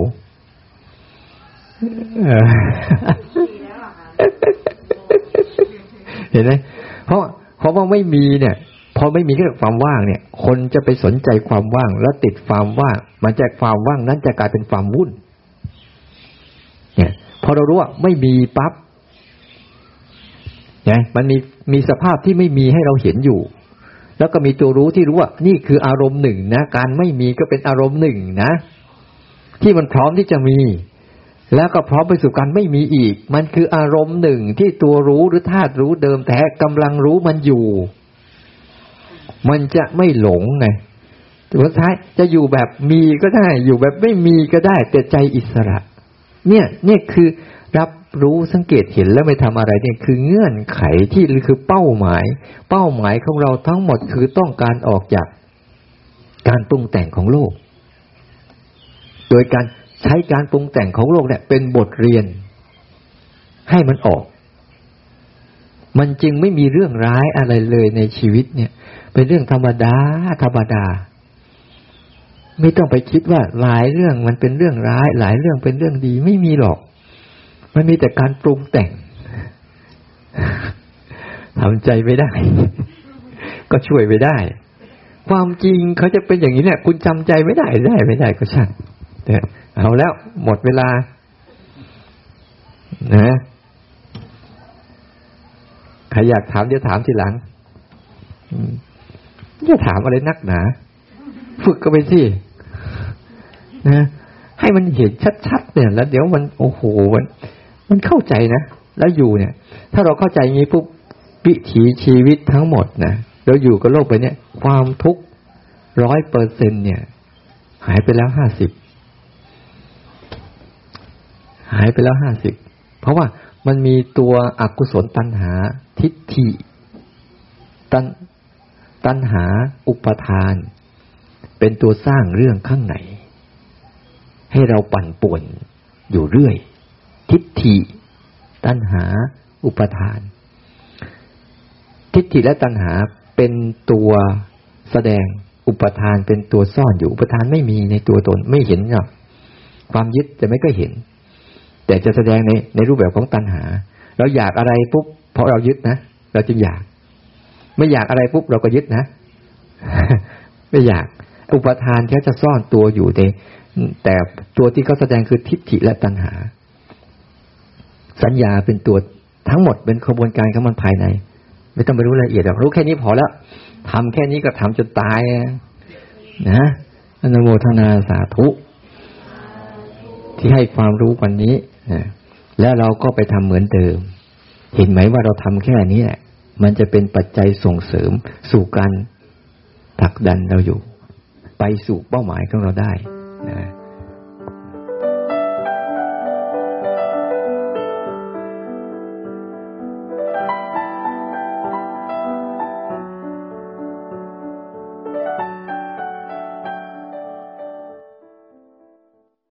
เห็นไหมเพราะเพราะว่าไม่มีเนี่ยพอไม่มีแค่ความว่างเนี่ยคนจะไปสนใจความว่างแล้วติดความว่างมันจะความว่างนั้นจะกลายเป็นความวุ่นเนี่ยพอเรารู้ว่าไม่มีปั๊บเนี่ยมันมีมีสภาพที่ไม่มีให้เราเห็นอยู่แล้วก็มีตัวรู้ที่รู้ว่านี่คืออารมณ์หนึ่งนะการไม่มีก็เป็นอารมณ์หนึ่งนะที่มันพร้อมที่จะมีแล้วก็พร้อมไปสู่การไม่มีอีกมันคืออารมณ์หนึ่งที่ตัวรู้หรือธาตุรู้เดิมแท้กำลังรู้มันอยู่มันจะไม่หลงไงสุดท้ายจะอยู่แบบมีก็ได้อยู่แบบไม่มีก็ได้แต่ใจอิสระเนี่ยเนี่ยคือรับรู้สังเกตเห็นแล้วไม่ทำอะไรเนี่ยคือเงื่อนไขที่คือเป้าหมายเป้าหมายของเราทั้งหมดคือต้องการออกจากการปรุงแต่งของโลกโดยการใช้การปรุงแต่งของโลกเนี่ยเป็นบทเรียนให้มันออกมันจึงไม่มีเรื่องร้ายอะไรเลยในชีวิตเนี่ยเป็นเรื่องธรรมดาธรรมดาไม่ต้องไปคิดว่าหลายเรื่องมันเป็นเรื่องร้ายหลายเรื่องเป็นเรื่องดีไม่มีหรอกมันมีแต่การปรุงแต่งทำใจไม่ได้ก็ช่วยไม่ได้ความจริงเขาจะเป็นอย่างนี้เนี่ยคุณจำใจไม่ได้ได้ไม่ได้ก็ช่างเอาแล้วหมดเวลานะใครอยากถามเดี๋ยวถามทีหลังจะถามอะไรนักหนาฝึกก็ไปสินะให้มันเห็นชัดๆเนี่ยแล้วเดี๋ยวมันโอ้โหมันมันเข้าใจนะแล้วอยู่เนี่ยถ้าเราเข้าใจอย่างนี้ปุ๊บวิถีชีวิตทั้งหมดนะเราอยู่กับโลกไปเนี่ยความทุกข์ร้อยเปอร์เซ็นต์เนี่ยหายไปแล้วห้าสิบหายไปแล้วห้าสิบเพราะว่ามันมีตัวอกุศลตัณหาทิฏฐิตัณตัณหาอุปทานเป็นตัวสร้างเรื่องข้างในให้เราปั่นป่วนอยู่เรื่อยทิฏฐิตัณหาอุปทานทิฏฐิและตัณหาเป็นตัวแสดงอุปทานเป็นตัวซ่อนอยู่อุปทานไม่มีในตัวตนไม่เห็นหรอกความยึดแต่ไม่ก็เห็นแต่จะแสดงในในรูปแบบของตัณหาเราอยากอะไรปุ๊บเพราะเรายึดนะเราจึงอยากไม่อยากอะไรปุ๊บเราก็ยึดนะ ไม่อยากอุปทานแค่จะซ่อนตัวอยู่แต่แต่ตัวที่เขาแสดงคือทิฏฐิและตัณหาสัญญาเป็นตัวทั้งหมดเป็นกระบวนการของมันภายในไม่ต้องไปรู้รายละเอียดหรอกรู้แค่นี้พอแล้วทำแค่นี้ก็ทำจนตายนะอนุโมทนาสาธุที่ให้ความรู้วันนี้นะแล้วเราก็ไปทำเหมือนเดิมเห็นไหมว่าเราทำแค่นี้แหละมันจะเป็นปัจจัยส่งเสริมสู่การผลักดันเราอยู่ไปสู่เป้าหมายของเราได้นะ